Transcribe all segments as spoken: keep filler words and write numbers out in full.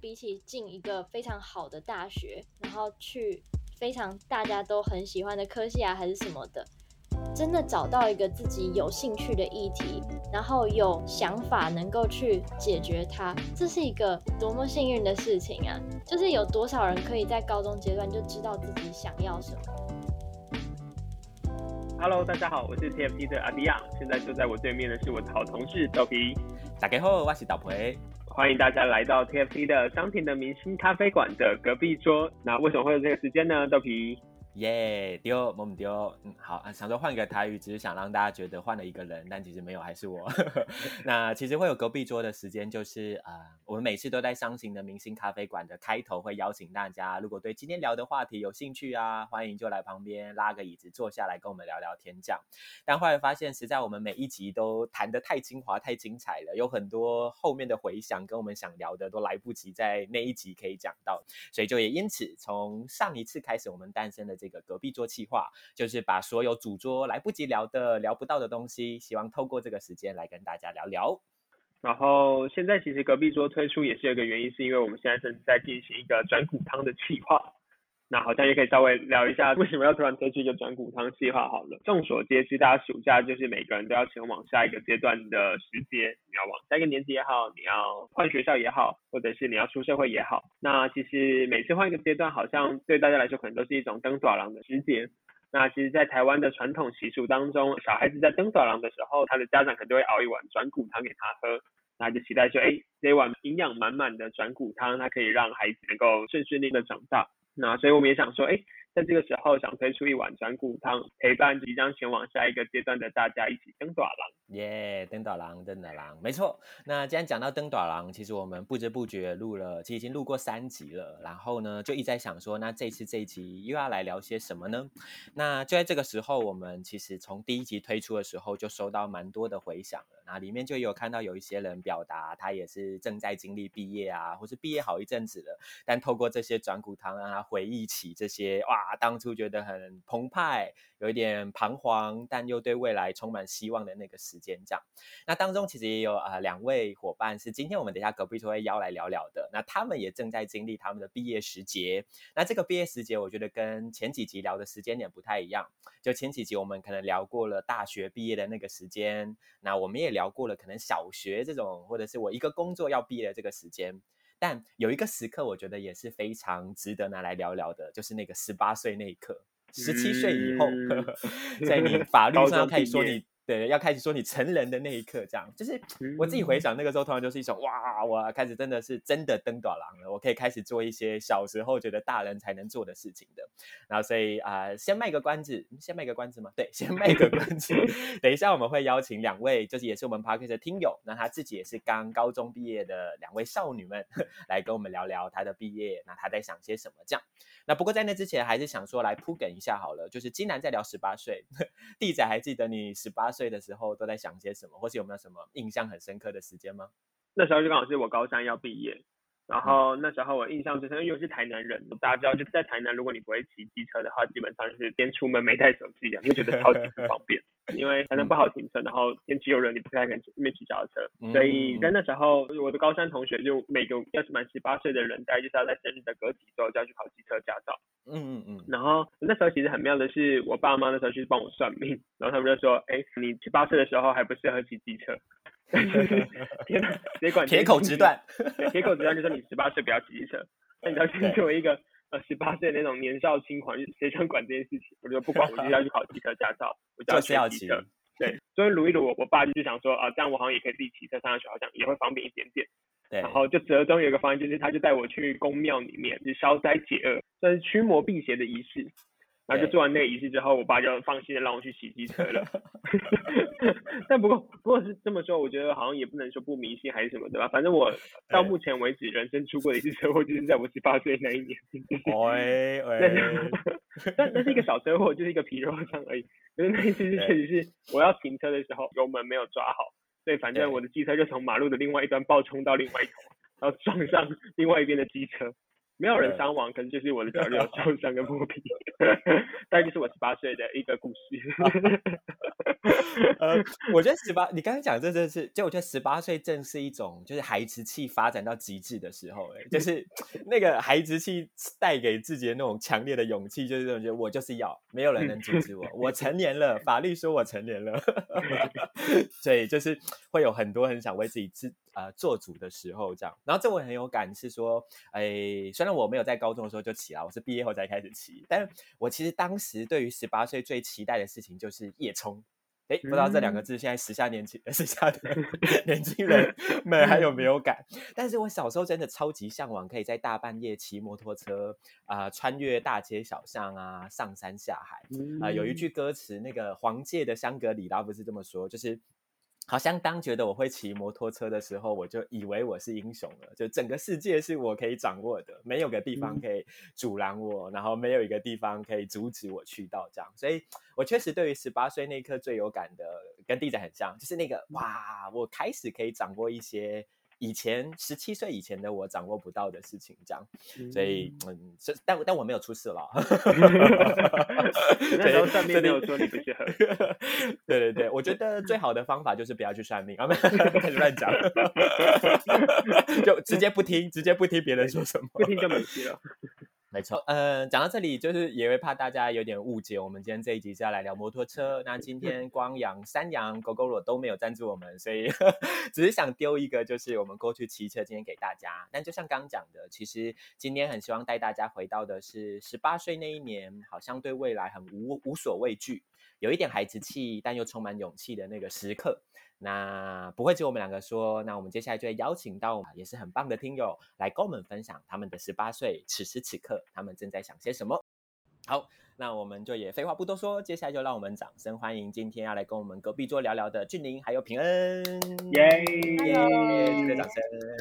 比起进一个非常好的大学，然后去非常大家都很喜欢的科系啊，还是什么的，真的找到一个自己有兴趣的议题，然后有想法能够去解决它，这是一个多么幸运的事情啊！就是有多少人可以在高中阶段就知道自己想要什么。 Hello， 大家好，我是 T F T 的阿迪亚，现在坐在我对面的是我的好同事豆皮。 大家好，我是豆皮。 欢迎大家来到 T F T 的商田的明星咖啡馆的隔壁桌。那为什么会有这个时间呢？豆皮。 耶，丢，我们丢，嗯，好，想说换一个台语，只是想让大家觉得换了一个人，但其实没有，还是我。那其实会有隔壁桌的时间，就是呃，我们每次都在商行的明星咖啡馆的开头会邀请大家，如果对今天聊的话题有兴趣啊，欢迎就来旁边拉个椅子坐下来跟我们聊聊天这样。但后来发现，实在我们每一集都谈得太精华、太精彩了，有很多后面的回响跟我们想聊的都来不及在那一集可以讲到，所以就也因此从上一次开始，我们诞生了这个隔壁桌企划，就是把所有主桌来不及聊的、聊不到的东西，希望透过这个时间来跟大家聊聊。 然后现在其实隔壁桌推出也是有一个原因，是因为我们现在正在进行一个转骨汤的企划。那好像也可以稍微聊一下为什么要突然推出一个转骨汤计划好了。众所皆知，大家暑假就是每个人都要前往下一个阶段的时节，你要往下一个年级也好，你要换学校也好，或者是你要出社会也好，那其实每次换一个阶段，好像对大家来说可能都是一种登大人的时节。那其实在台湾的传统习俗当中，小孩子在登大人的时候，他的家长可能就会熬一碗转骨汤给他喝，那就期待说，哎，这一碗营养满满的转骨汤，它可以让孩子能够顺顺利的长大。那所以我们也想说，哎，在这个时候想推出一碗转骨汤，陪伴即将前往下一个阶段的大家一起登大人。 耶，登大人，登大人，没错。那既然讲到登大人，其实我们不知不觉录了，其实已经录过三集了。然后呢，就一直在想说，那这次这一集又要来聊些什么呢？那就在这个时候，我们其实从第一集推出的时候就收到蛮多的回响了。那里面就有看到有一些人表达，他也是正在经历毕业啊，或是毕业好一阵子了，但透过这些转骨汤让他回忆起这些哇，当初觉得很澎湃，有一点彷徨，但又对未来充满希望的那个时间这样。那当中其实也有呃两位伙伴是今天我们等一下隔壁桌会邀来聊聊的，那他们也正在经历他们的毕业时节。那这个毕业时节我觉得跟前几集聊的时间点不太一样，就前几集我们可能聊过了大学毕业的那个时间，那我们也聊过了可能小学这种，或者是我一个工作要毕业的这个时间。但有一个时刻我觉得也是非常值得拿来聊聊的，就是那个十八岁那一刻，十七岁以后、嗯、在你法律上可以说你对，要开始说你成人的那一刻，这样就是我自己回想那个时候，突然就是一种哇，我开始真的是真的登大人了，我可以开始做一些小时候觉得大人才能做的事情的。然后所以啊、呃，先卖个关子，先卖个关子吗？对，先卖个关子。等一下我们会邀请两位，就是也是我们 Podcast 的听友，那他自己也是刚高中毕业的两位少女们，来跟我们聊聊他的毕业，那他在想些什么这样。那不过在那之前，还是想说来铺梗一下好了，就是既然在聊十八岁，弟仔还记得你十八岁的时候都在想些什么，或是有没有什么印象很深刻的时间吗？ 那时候就刚好是我高三要毕业，然后那时候我印象最深刻，因为我是台南人，大家知道就在台南，如果你不会骑机车的话，基本上就是边出门没带手机一样，就觉得超级不方便。因为台南不好停车，然后天气又热，你不太可能面骑脚踏车，所以在那时候我的高三同学就每个要是满十八岁的人，大概就是要在生日的隔几周就要去考机车驾照。嗯嗯嗯。然后那时候其实很妙的是，我爸妈那时候去帮我算命，然后他们就说，哎，你十八岁的时候还不适合骑机车。谁管铁口直断， 铁口直断就说你十八岁不要骑机车。那你知道，作为一个呃十八岁的那种年少轻狂，谁想管这件事情？我就不管，我就要去考机车驾照，我就要学骑车。对，所以撸一撸，我爸就想说啊，这样我好像也可以自己骑车上下学，好像也会方便一点点。对，然后就折中有一个方案，就是他就带我去宫庙里面，就是消灾解厄，算是驱魔辟邪的仪式。然后就做完那个仪式之后，我爸就放心的让我去骑机车了。但不过不过是这么说，我觉得好像也不能说不迷信还是什么的吧。反正我到目前为止，人生出过的一次车祸就是在我十八岁那一年。喂喂，但那是一个小车祸，就是一个皮肉伤而已。可是那一次是确实是我要停车的时候油门没有抓好，所以反正我的机车就从马路的另外一端暴冲到另外一头，然后撞上另外一边的机车。 没有人伤亡，可是就是我的脚就有受伤跟破皮，大概就是我十八岁的一个故事。 呃，我觉得十八，你刚刚讲这真是，就我觉得十八岁正是一种就是孩子气发展到极致的时候、欸，就是那个孩子气带给自己的那种强烈的勇气，就是那种觉得我就是要，没有人能阻止我，我成年了，法律说我成年了，所以就是会有很多很想为自己自呃做主的时候，这样。然后这我很有感是说，哎，虽然我没有在高中的时候就骑啦，我是毕业后才开始骑，但是我其实当时对于十八岁最期待的事情就是夜冲。哎，不知道这两个字现在时下年轻时下的年轻人们还有没有感？但是我小时候真的超级向往，可以在大半夜骑摩托车啊、呃，穿越大街小巷啊，上山下海啊、呃。有一句歌词，那个黄玠的香格里拉不是这么说，就是好像当觉得我会骑摩托车的时候，我就以为我是英雄了，就整个世界是我可以掌握的，没有个地方可以阻拦我，然后没有一个地方可以阻止我去到这样。所以我确实对于十八岁那一刻最有感的，跟弟仔很像，就是那个哇，我开始可以掌握一些以前十七岁以前的我掌握不到的事情，这样，所以嗯，但但我没有出事了， 那时候算命没有说你不适合。 对对对，我觉得最好的方法就是不要去算命，啊，开始乱讲，就直接不听，直接不听别人说什么， 不听就没事了。 没错，呃，讲到这里，就是也会怕大家有点误解，我们今天这一集是要来聊摩托车。那今天光阳、山羊、狗狗裸都没有赞助我们，所以只是想丢一个，就是我们过去骑车今天给大家。但就像刚刚讲的，其实今天很希望带大家回到的是十八岁那一年，好像对未来很无无所畏惧，有一点孩子气，但又充满勇气的那个时刻。那不会只有我们两个说，那我们接下来就会邀请到也是很棒的听友来跟我们分享他们的十八岁，此时此刻他们正在想些什么。好，那我们就也废话不多说，接下来就让我们掌声欢迎今天要来跟我们隔壁桌聊聊的俊霖还有平恩。 耶耶！热烈掌声。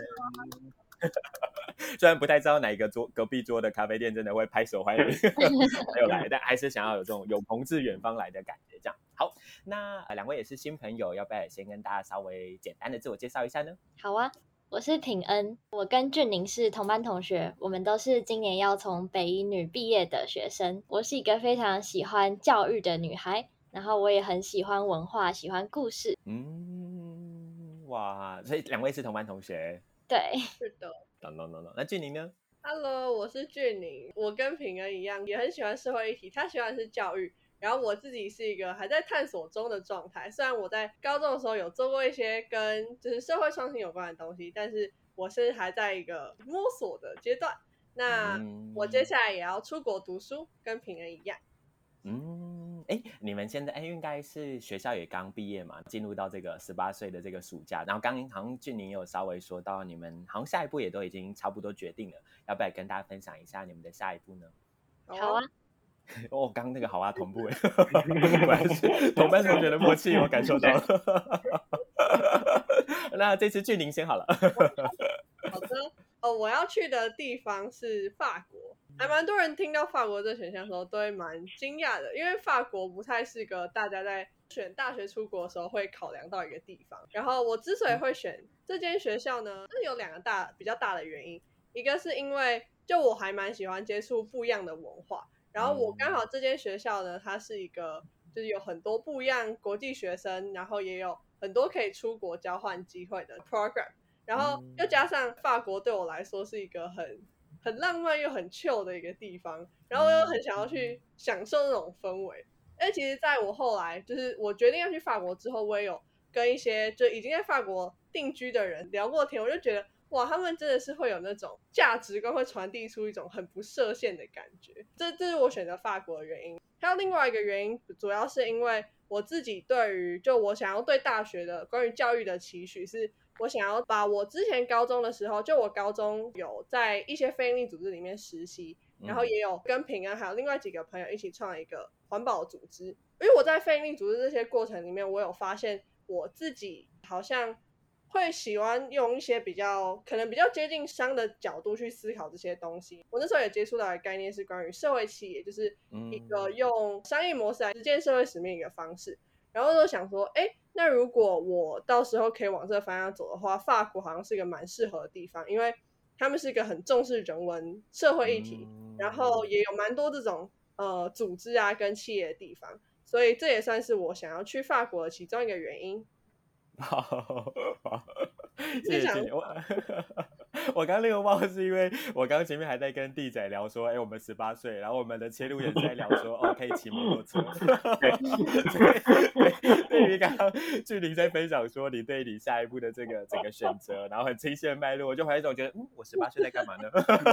虽然不太知道哪一个桌隔壁桌的咖啡店真的会拍手欢迎还有来，但还是想要有这种有朋自远方来的感觉。这样好，那、呃、两位也是新朋友，要不要也先跟大家稍微简单的自我介绍一下呢？ 好啊，我是品恩，我跟俊霖是同班同学，我们都是今年要从北一女毕业的学生。我是一个非常喜欢教育的女孩，然后我也很喜欢文化，喜欢故事。 嗯，哇，所以两位是同班同学？ 对， 是的。 懂懂懂懂。那俊霖呢 ？Hello， 我是俊霖，我跟品恩一样，也很喜欢社会议题。他喜欢的是教育，然后我自己是一个还在探索中的状态。虽然我在高中的时候有做过一些跟就是社会创新有关的东西，但是我是还在一个摸索的阶段。那我接下来也要出国读书，跟品恩一样。 嗯，哎，你们现在哎应该是学校也刚毕业嘛，进入到这个十八岁的这个暑假，然后刚好像俊霖有稍微说到，你们好像下一步也都已经差不多决定了，要不要跟大家分享一下你们的下一步呢？ 好啊。 哦，刚刚那个好啊，同步哎，果然是同班同学的默契，我感受到了。那这次俊霖先好了。 好的，哦，我要去的地方是法国。还蛮多人听到法国这个选项的时候都会蛮惊讶的，因为法国不太是个大家在选大学出国的时候会考量到一个地方。然后我之所以会选这间学校呢，是有两个大比较大的原因，一个是因为就我还蛮喜欢接触不一样的文化，然后我刚好这间学校呢，它是一个就是有很多不一样国际学生，然后也有很多可以出国交换机会的 program， 然后又加上法国对我来说是一个很很浪漫又很 chill 的一个地方，然后我又很想要去享受那种氛围。而其实在我后来就是我决定要去法国之后，我也有跟一些就已经在法国定居的人聊过天，我就觉得哇，他们真的是会有那种价值观，会传递出一种很不设限的感觉，这这是我选择法国的原因。还有另外一个原因，主要是因为我自己对于就我想要对大学的关于教育的期许，是我想要把我之前高中的时候，就我高中有在一些非营利组织里面实习，然后也有跟平安还有另外几个朋友一起创一个环保组织。因为我在非营利组织这些过程里面，我有发现我自己好像会喜欢用一些比较可能比较接近商的角度去思考这些东西。我那时候也接触到的概念是关于社会企业，就是一个用商业模式来实践社会使命的一个方式。然后就想说，哎，那如果我到时候可以往这个方向走的话，法国好像是一个蛮适合的地方，因为他们是一个很重视人文社会议题， 嗯、 然后也有蛮多这种呃组织啊跟企业的地方，所以这也算是我想要去法国的其中一个原因。 好，好，谢你想谢谢谢我。我刚那个忘是因为我刚前面还在跟弟仔聊说，哎，我们十八岁，然后我们的切入也是在聊说，哦，可以骑摩托车。对，对于刚刚俊霖在分享说你对你下一步的这个整个选择，然后很清晰的脉络，我就怀一种觉得，嗯，我十八岁在干嘛呢？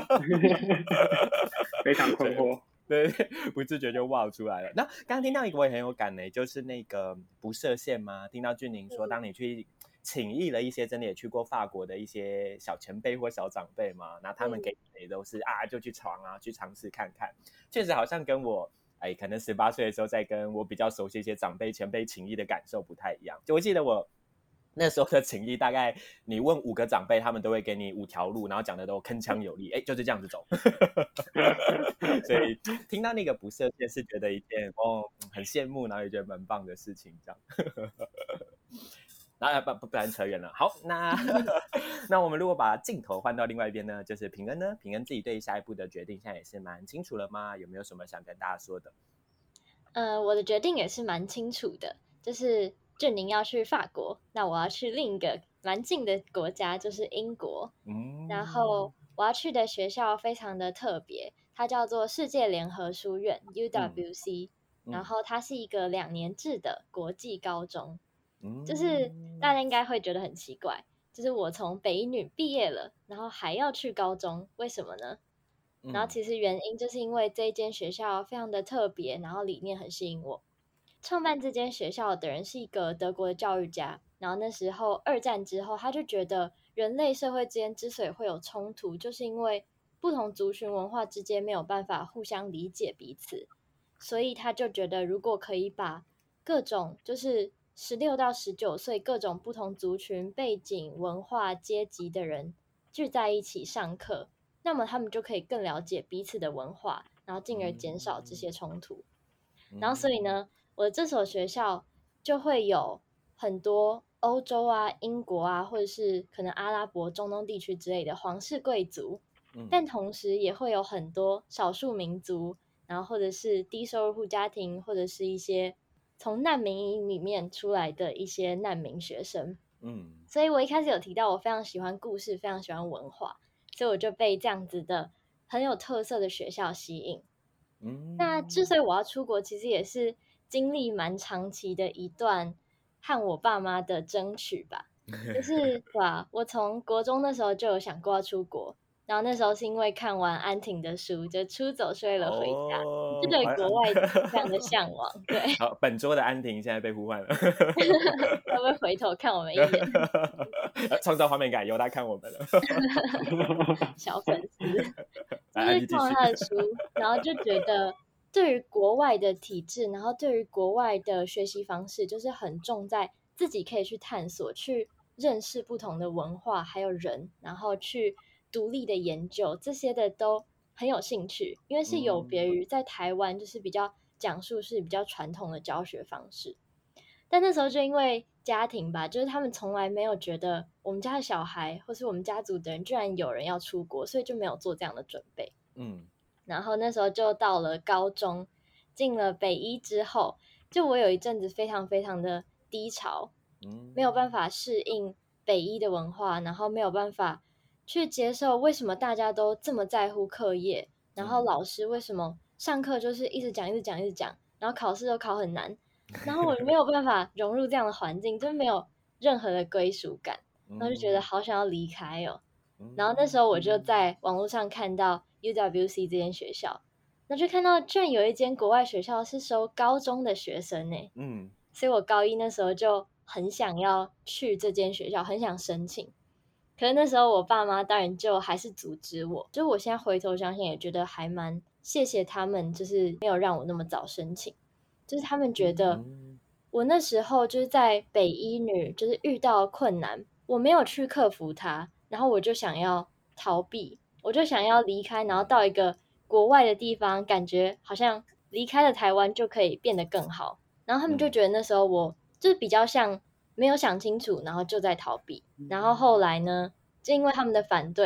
非常困惑。 对，不自觉就wow出来了。那刚刚听到一个我也很有感呢，就是那个不设限吗？听到俊霖说，当你去请益了一些真的也去过法国的一些小前辈或小长辈嘛，那他们给你的也都是、嗯、啊，就去闯啊，去尝试看看。确实好像跟我哎，可能十八岁的时候在跟我比较熟悉一些长辈前辈请益的感受不太一样。就我记得我那时候的请益，大概你问五个长辈，他们都会给你五条路，然后讲的都铿锵有力，哎，就是这样子走。所以听到那个不设限是觉得一件哦很羡慕，然后也觉得蛮棒的事情，这样。然后不不然扯远了。好，那那我们如果把镜头换到另外一边呢，就是平恩呢，平恩自己对下一步的决定现在也是蛮清楚了吗？有没有什么想跟大家说的？ 呃，我的决定也是蛮清楚的，就是俊霖要去法国，那我要去另一个蛮近的国家，就是英国。嗯，然后我要去的学校非常的特别，它叫做世界联合书院 U W C，嗯，然后它是一个两年制的国际高中。嗯，就是大家应该会觉得很奇怪，就是我从北一女毕业了，然后还要去高中，为什么呢？然后其实原因就是因为这一间学校非常的特别，然后理念很吸引我。创办这间学校的人是一个德国的教育家，然后那时候二战之后，他就觉得人类社会之间之所以会有冲突，就是因为不同族群文化之间没有办法互相理解彼此，所以他就觉得如果可以把各种就是十六到十九岁各种不同族群背景、文化、阶级的人聚在一起上课，那么他们就可以更了解彼此的文化，然后进而减少这些冲突。然后所以呢，我的这所学校就会有很多欧洲啊、英国啊，或者是可能阿拉伯、中东地区之类的皇室贵族，但同时也会有很多少数民族，然后或者是低收入户家庭，或者是一些从难民营里面出来的一些难民学生。嗯，所以我一开始有提到我非常喜欢故事，非常喜欢文化，所以我就被这样子的很有特色的学校吸引。嗯，那之所以我要出国，其实也是经历蛮长期的一段和我爸妈的争取吧。就是对吧？我从国中那时候就有想过要出国，然后那时候是因为看完安婷的书，就出走是为了回家，哦、就对国外非常的向往。对， 好，本周的安婷现在被呼唤了， 会不会回头看我们一眼？ 创造画面感，由他看我们了， 小粉丝。就是看完他的书，然后就觉得对于国外的体制，然后对于国外的学习方式，就是很重在自己可以去探索、去认识不同的文化还有人，然后去独立的研究，这些的都很有兴趣，因为是有别于在台湾就是比较讲述是比较传统的教学方式。但那时候就因为家庭吧，就是他们从来没有觉得我们家的小孩或是我们家族的人居然有人要出国，所以就没有做这样的准备。嗯，然后那时候就到了高中，进了北一之后，就我有一阵子非常非常的低潮，嗯，没有办法适应北一的文化，然后没有办法去接受为什么大家都这么在乎课业，然后老师为什么上课就是一直讲一直讲一直讲，然后考试都考很难。然后我没有办法融入这样的环境，就没有任何的归属感，然后就觉得好想要离开哦。然后那时候我就在网络上看到 U W C 这间学校，那就看到居然有一间国外学校是收高中的学生呢。嗯，所以我高一那时候就很想要去这间学校，很想申请。可是那时候我爸妈当然就还是阻止我，就我现在回头想想也觉得还蛮谢谢他们，就是没有让我那么早申请。就是他们觉得我那时候就是在北一女就是遇到困难，我没有去克服它，然后我就想要逃避，我就想要离开，然后到一个国外的地方，感觉好像离开了台湾就可以变得更好。然后他们就觉得那时候我就是比较像没有想清楚，然后就在逃避。然后后来呢，就因为他们的反对，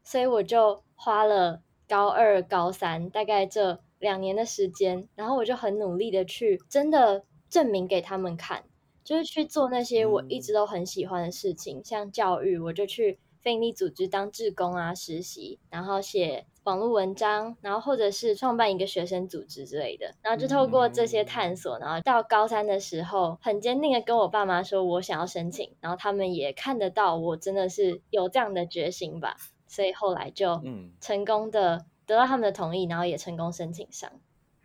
所以我就花了高二、高三大概这两年的时间，然后我就很努力的去真的证明给他们看，就是去做那些我一直都很喜欢的事情，嗯、像教育，我就去非营利组织当志工啊，实习，然后写网络文章，然后或者是创办一个学生组织之类的，然后就透过这些探索，然后到高三的时候，很坚定的跟我爸妈说我想要申请，然后他们也看得到我真的是有这样的决心吧，所以后来就成功的得到他们的同意，然后也成功申请上。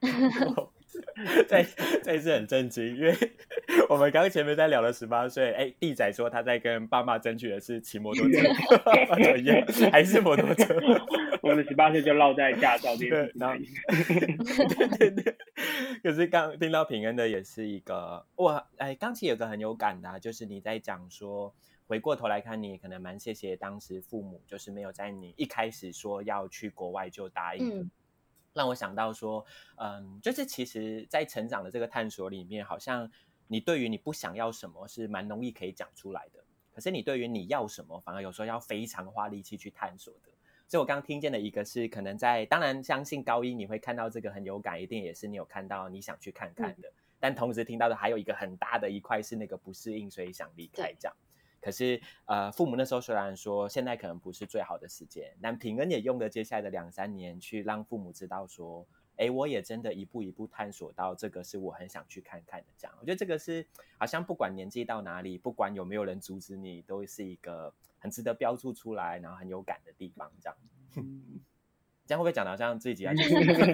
这这一次很震惊，因为我们刚刚前面在聊了十八岁，哎，弟仔说他在跟爸妈争取的是骑摩托车，还是摩托车？ 我们十八岁就落在驾照这件事情。对对对。可是刚听到品恩的也是一个，哇，哎，刚其实有个很有感的、啊，就是你在讲说，回过头来看，你可能蛮谢谢当时父母，就是没有在你一开始说要去国外就答应的。嗯，让我想到说，嗯，就是其实在成长的这个探索里面，好像你对于你不想要什么是蛮容易可以讲出来的，可是你对于你要什么反而有时候要非常花力气去探索的。所以我刚刚听见的一个是可能在，当然相信高一你会看到这个很有感，一定也是你有看到你想去看看的、嗯、但同时听到的还有一个很大的一块是那个不适应所以想离开这样。可是呃，父母那时候虽然说现在可能不是最好的时间，但品恩也用了接下来的两三年去让父母知道说，哎，我也真的一步一步探索到这个是我很想去看看的这样。我觉得这个是好像不管年纪到哪里，不管有没有人阻止你，都是一个很值得标注出来然后很有感的地方这样。这样会不会讲得好像自己要讲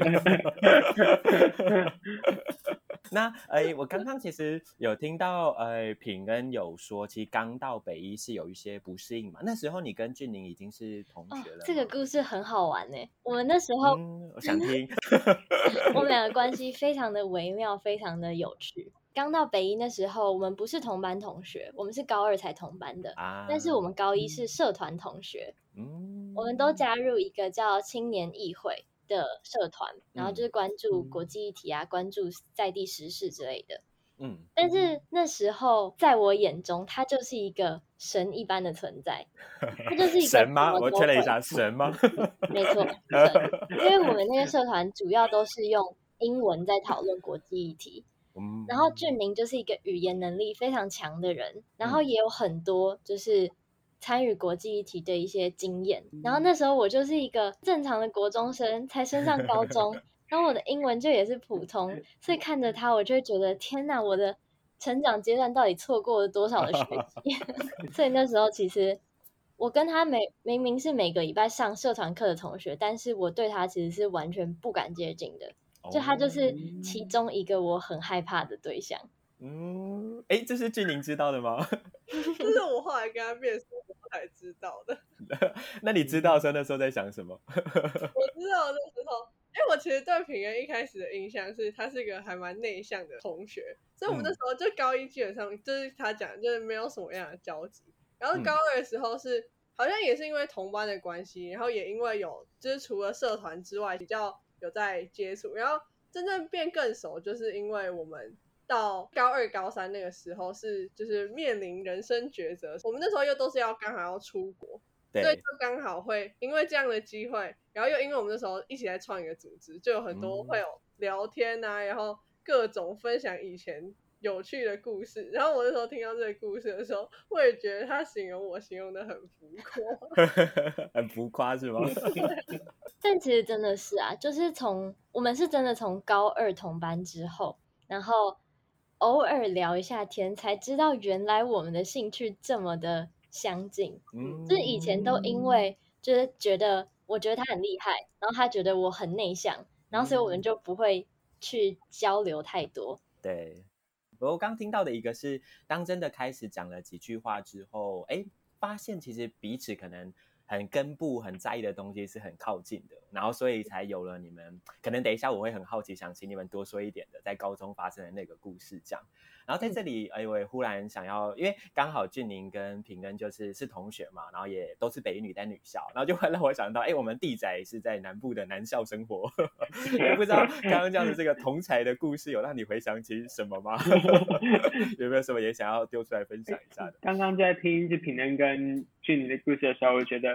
那呃，我刚刚其实有听到呃，品恩有说其实刚到北一是有一些不适应嘛，那时候你跟俊宁已经是同学了、哦、 这个故事很好玩耶，我们那时候、 嗯、我想听我们两个关系非常的微妙，非常的有趣。刚到北一那时候我们不是同班同学，我们是高二才同班的、啊、但是我们高一是社团同学、嗯、我们都加入一个叫青年议会的社团，然后就是关注国际议题啊、嗯、关注在地时事之类的。嗯，但是那时候在我眼中他就是一个神一般的存在，他就是一个神吗？我确认一下，神吗？ 没错，神。因为我们那个社团主要都是用英文在讨论国际议题，然后俊宁就是一个语言能力非常强的人，然后也有很多就是参与国际议题的一些经验，然后那时候我就是一个正常的国中生，才升上高中然后我的英文就也是普通，所以看着他我就会觉得天哪，我的成长阶段到底错过了多少的学习所以那时候其实我跟他每明明是每个礼拜上社团课的同学，但是我对他其实是完全不敢接近的，就他就是其中一个我很害怕的对象。 嗯，哎，这是俊宁知道的吗？ 这是我后来跟他面试才知道的。 那你知道的时候那时候在想什么？ 我知道那时候，因为我其实对品恩一开始的印象是他是一个还蛮内向的同学，所以我们那时候就高一基本上就是他讲就是没有什么样的交集，然后高二的时候是、嗯、好像也是因为同班的关系，然后也因为有就是除了社团之外比较有在接触，然后真正变更熟就是因为我们到高二高三那个时候是就是面临人生抉择，我们那时候又都是要刚好要出国，所以就刚好会因为这样的机会，然后又因为我们那时候一起在创一个组织，就有很多会有聊天啊、嗯、然后各种分享以前有趣的故事，然后我那时候听到这个故事的时候，我也觉得他形容我形容的很浮夸很浮夸是吗？ 但其实真的是啊，就是从我们是真的从高二同班之后，然后偶尔聊一下天才知道原来我们的兴趣这么的相近、嗯、就是以前都因为就是觉得我觉得他很厉害，然后他觉得我很内向，然后所以我们就不会去交流太多。 对，我刚听到的一个是当真的开始讲了几句话之后，哎，发现其实彼此可能很根部很在意的东西是很靠近的，然后所以才有了你们可能等一下我会很好奇想请你们多说一点的在高中发生的那个故事这样。然后在这里哎，我也忽然想要，因为刚好俊宁跟品恩就是是同学嘛，然后也都是北一女在女校，然后就会让我想到哎，我们弟仔是在南部的男校生活不知道刚刚这样的这个同才的故事有让你回想起什么吗？有没有什么也想要丢出来分享一下的？ 刚刚在听就品恩跟俊宁的故事的时候，我觉得我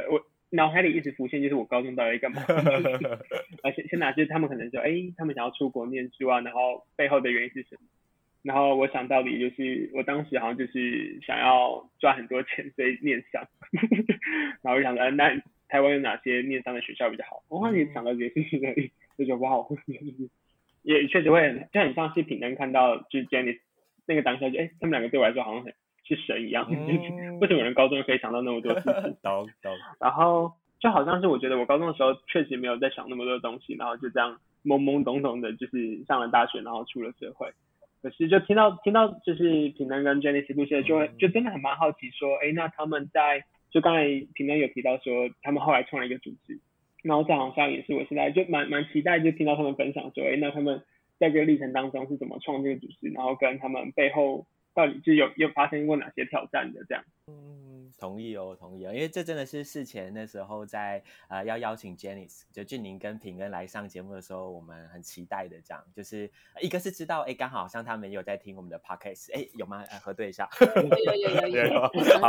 脑海里一直浮现就是我高中到底干嘛，而且先拿就是他们可能说，哎，他们想要出国念书啊，然后背后的原因是什么？然后我想到底就是我当时好像就是想要赚很多钱，所以念商，然后我想到那台湾有哪些念商的学校比较好？我后来也想到这些事情而已，就觉得哇，就是也确实会很就很像是品能看到就是 Janice 那个当下就哎，他们两个对我来说好像很是神一样，嗯、为什么有人高中可以想到那么多事情？ 懂懂。 然后就好像是我觉得我高中的时候确实没有在想那么多东西，然后就这样懵懵懂懂的，就是上了大学，然后出了社会。可是就听到听到就是品能跟 Janice 故事，就会就真的很蛮好奇说，哎，那他们在就刚才品能有提到说，他们后来创了一个组织，然后这好像也是我现在就蛮蛮期待，就听到他们分享说，哎，那他们在这个历程当中是怎么创这个组织，然后跟他们背后到底是有有发生过哪些挑战的这样。 嗯，同意哦，同意哦，因为这真的是事前那时候在呃要邀请 Janice 就俊宁跟品恩来上节目的时候，我们很期待的这样，就是一个是知道哎，刚好像他们也有在听我们的 podcast， 哎，有吗？核对一下， 有有有有有，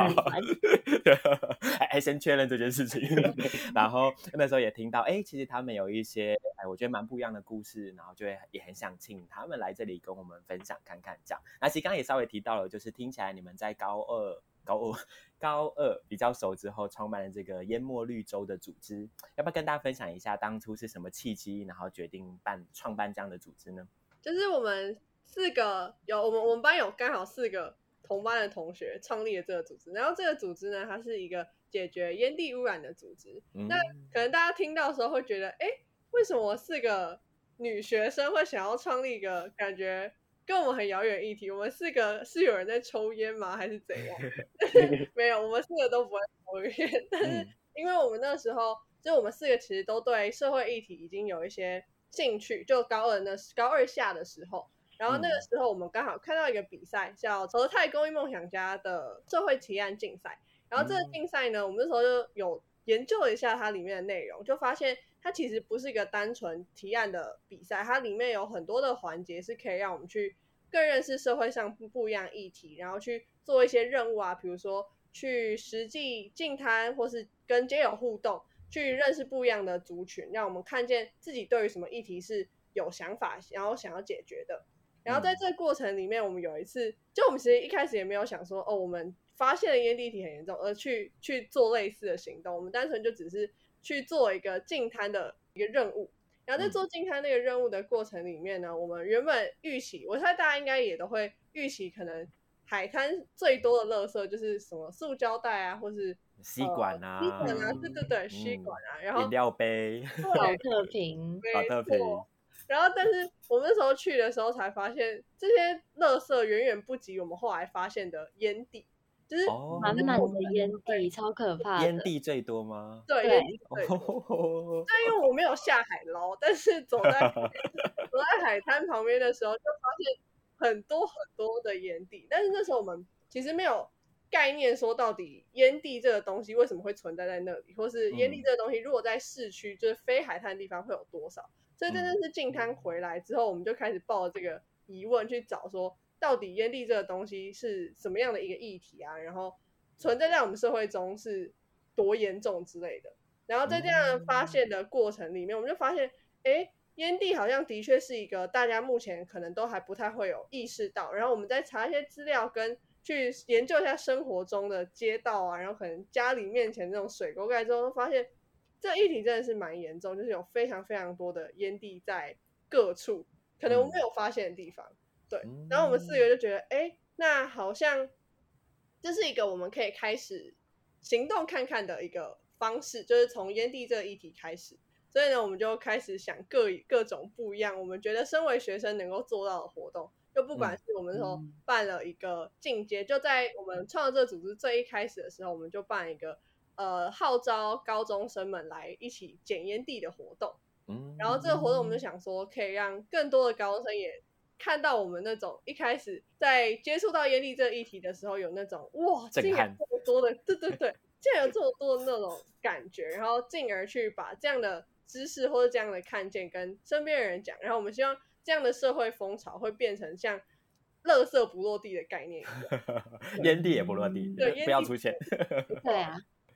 哎，先确认这件事情。然后那时候也听到，哎，其实他们有一些哎，我觉得蛮不一样的故事，然后就会也很想请他们来这里跟我们分享看看这样。那其实刚刚也稍微提到了，就是听起来你们在高二。高二高二比较熟之后，创办了这个淹没绿洲的组织，要不要跟大家分享一下当初是什么契机，然后决定办创办这样的组织呢？ 就是我们四个有我们我们班有刚好四个同班的同学创立了这个组织，然后这个组织呢，它是一个解决烟蒂污染的组织。嗯、那可能大家听到的时候会觉得，哎，为什么四个女学生会想要创立一个感觉跟我们很遥远的议题？我们四个是有人在抽烟吗？还是怎样？没有，我们四个都不会抽烟。但是因为我们那时候，就我们四个其实都对社会议题已经有一些兴趣。就高二那高二下的时候，然后那个时候我们刚好看到一个比赛，叫和泰公益梦想家的社会提案竞赛。然后这个竞赛呢，我们那时候就有研究了一下它里面的内容，就发现它其实不是一个单纯提案的比赛，它里面有很多的环节是可以让我们去更认识社会上不一样的议题，然后去做一些任务啊，比如说去实际净滩，或是跟街友互动，去认识不一样的族群，让我们看见自己对于什么议题是有想法，然后想要解决的。然后在这个过程里面，我们有一次，就我们其实一开始也没有想说，哦，我们发现了烟蒂体很严重，而去去做类似的行动。我们单纯就只是去做一个净滩的一个任务。然后在做净滩那个任务的过程里面呢，我们原本预期，我猜大家应该也都会预期，可能海滩最多的垃圾就是什么塑胶袋啊，或是吸管啊， 吸管啊，对对对，吸管啊，然后饮料杯、 保特瓶、 保特瓶。 然后，但是我们那时候去的时候才发现，这些垃圾远远不及我们后来发现的烟蒂，就是满满的烟蒂，超可怕的。 烟蒂最多吗？ 对，烟蒂最多。但因为我没有下海捞，但是走在走在海滩旁边的时候，就发现很多很多的烟蒂。但是那时候我们其实没有概念，说到底烟蒂这个东西为什么会存在在那里，或是烟蒂这个东西如果在市区，就是非海滩的地方会有多少。所以真的是净滩回来之后，我们就开始抱着这个疑问去找说，到底烟蒂这个东西是什么样的一个议题啊？然后存在在我们社会中是多严重之类的。然后在这样发现的过程里面，我们就发现，哎，烟蒂好像的确是一个大家目前可能都还不太会有意识到。然后我们再查一些资料，跟去研究一下生活中的街道啊，然后可能家里面前这种水沟盖之后，都发现这个议题真的是蛮严重，就是有非常非常多的烟蒂在各处，可能我们没有发现的地方。嗯、对，然后我们四个就觉得，哎，那好像这是一个我们可以开始行动看看的一个方式，就是从烟蒂这个议题开始。所以呢，我们就开始想各各种不一样，我们觉得身为学生能够做到的活动。就不管是我们那时候办了一个进阶，嗯、就在我们创造这个组织最一开始的时候，我们就办一个。呃，号召高中生们来一起捡烟蒂的活动，嗯，然后这个活动我们就想说，可以让更多的高中生也看到我们那种一开始在接触到烟蒂这个议题的时候，有那种哇，竟然这么多的，对对对，竟然有这么多的那种感觉，然后进而去把这样的知识或者这样的看见跟身边的人讲，然后我们希望这样的社会风潮会变成像垃圾不落地的概念一样， 烟蒂也不落地，对，不要出现， 对啊。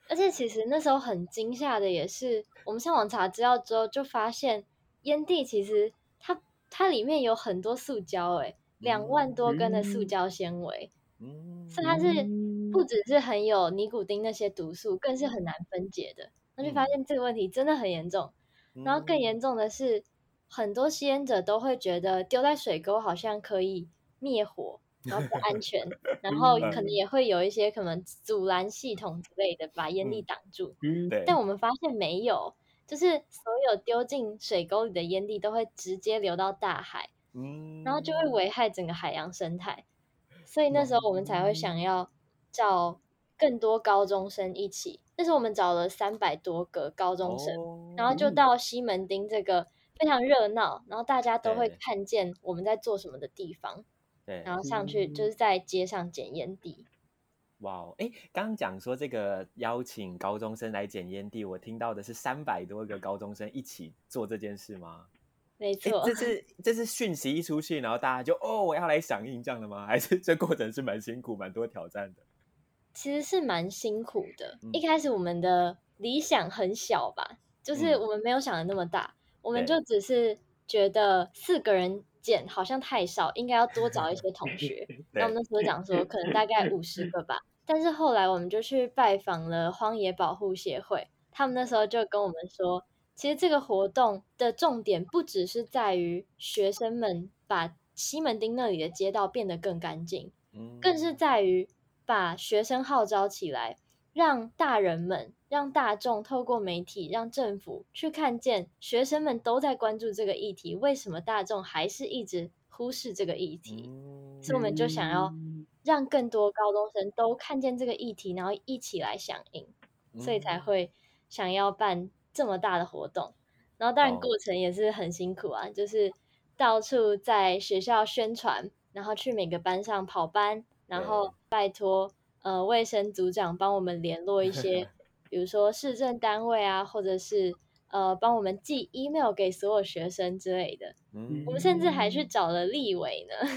而且其实那时候很惊吓的也是，我们上网查资料之后就发现，烟蒂其实它它里面有很多塑胶，诶，两万多根的塑胶纤维， 嗯， 所以它是不只是很有尼古丁那些毒素，更是很难分解的。那就发现这个问题真的很严重。然后更严重的是，很多吸烟者都会觉得丢在水沟好像可以灭火，然后不安全，然后可能也会有一些可能阻拦系统之类的把烟蒂挡住。 嗯， 对， 但我们发现没有，就是所有丢进水沟里的烟蒂都会直接流到大海， 嗯， 然后就会危害整个海洋生态。所以那时候我们才会想要找更多高中生一起。那时候我们找了三百多个高中生， 哦， 然后就到西门町这个非常热闹，然后大家都会对看见我们在做什么的地方， 对， 然后上去就是在街上捡烟蒂。 哇哦，哎，刚刚讲说这个邀请高中生来捡烟蒂，我听到的是三百多个高中生一起做这件事吗？ 没错， 这是这是讯息一出去，然后大家就哦，我要来响应这样的吗？还是这过程是蛮辛苦、蛮多挑战的？ 其实是蛮辛苦的。 嗯一开始我们的理想很小吧，就是嗯我们没有想的那么大，我们对就只是觉得四个人捡好像太少，应该要多找一些同学。那我们对， 那时候讲说，可能大概五十个吧。但是后来我们就去拜访了荒野保护协会，他们那时候就跟我们说，其实这个活动的重点不只是在于学生们把西门町那里的街道变得更干净， 嗯更是在于把学生号召起来，让大人们、让大众透过媒体、让政府去看见学生们都在关注这个议题，为什么大众还是一直忽视这个议题？ 嗯所以我们就想要让更多高中生都看见这个议题，然后一起来响应，所以才会想要办这么大的活动。然后当然懂过程也是很辛苦啊，就是到处在学校宣传，然后去每个班上跑班，然后拜托呃卫生组长帮我们联络一些，比如说市政单位啊，或者是呃帮我们寄 email 给所有学生之类的。 嗯我们甚至还去找了立委呢。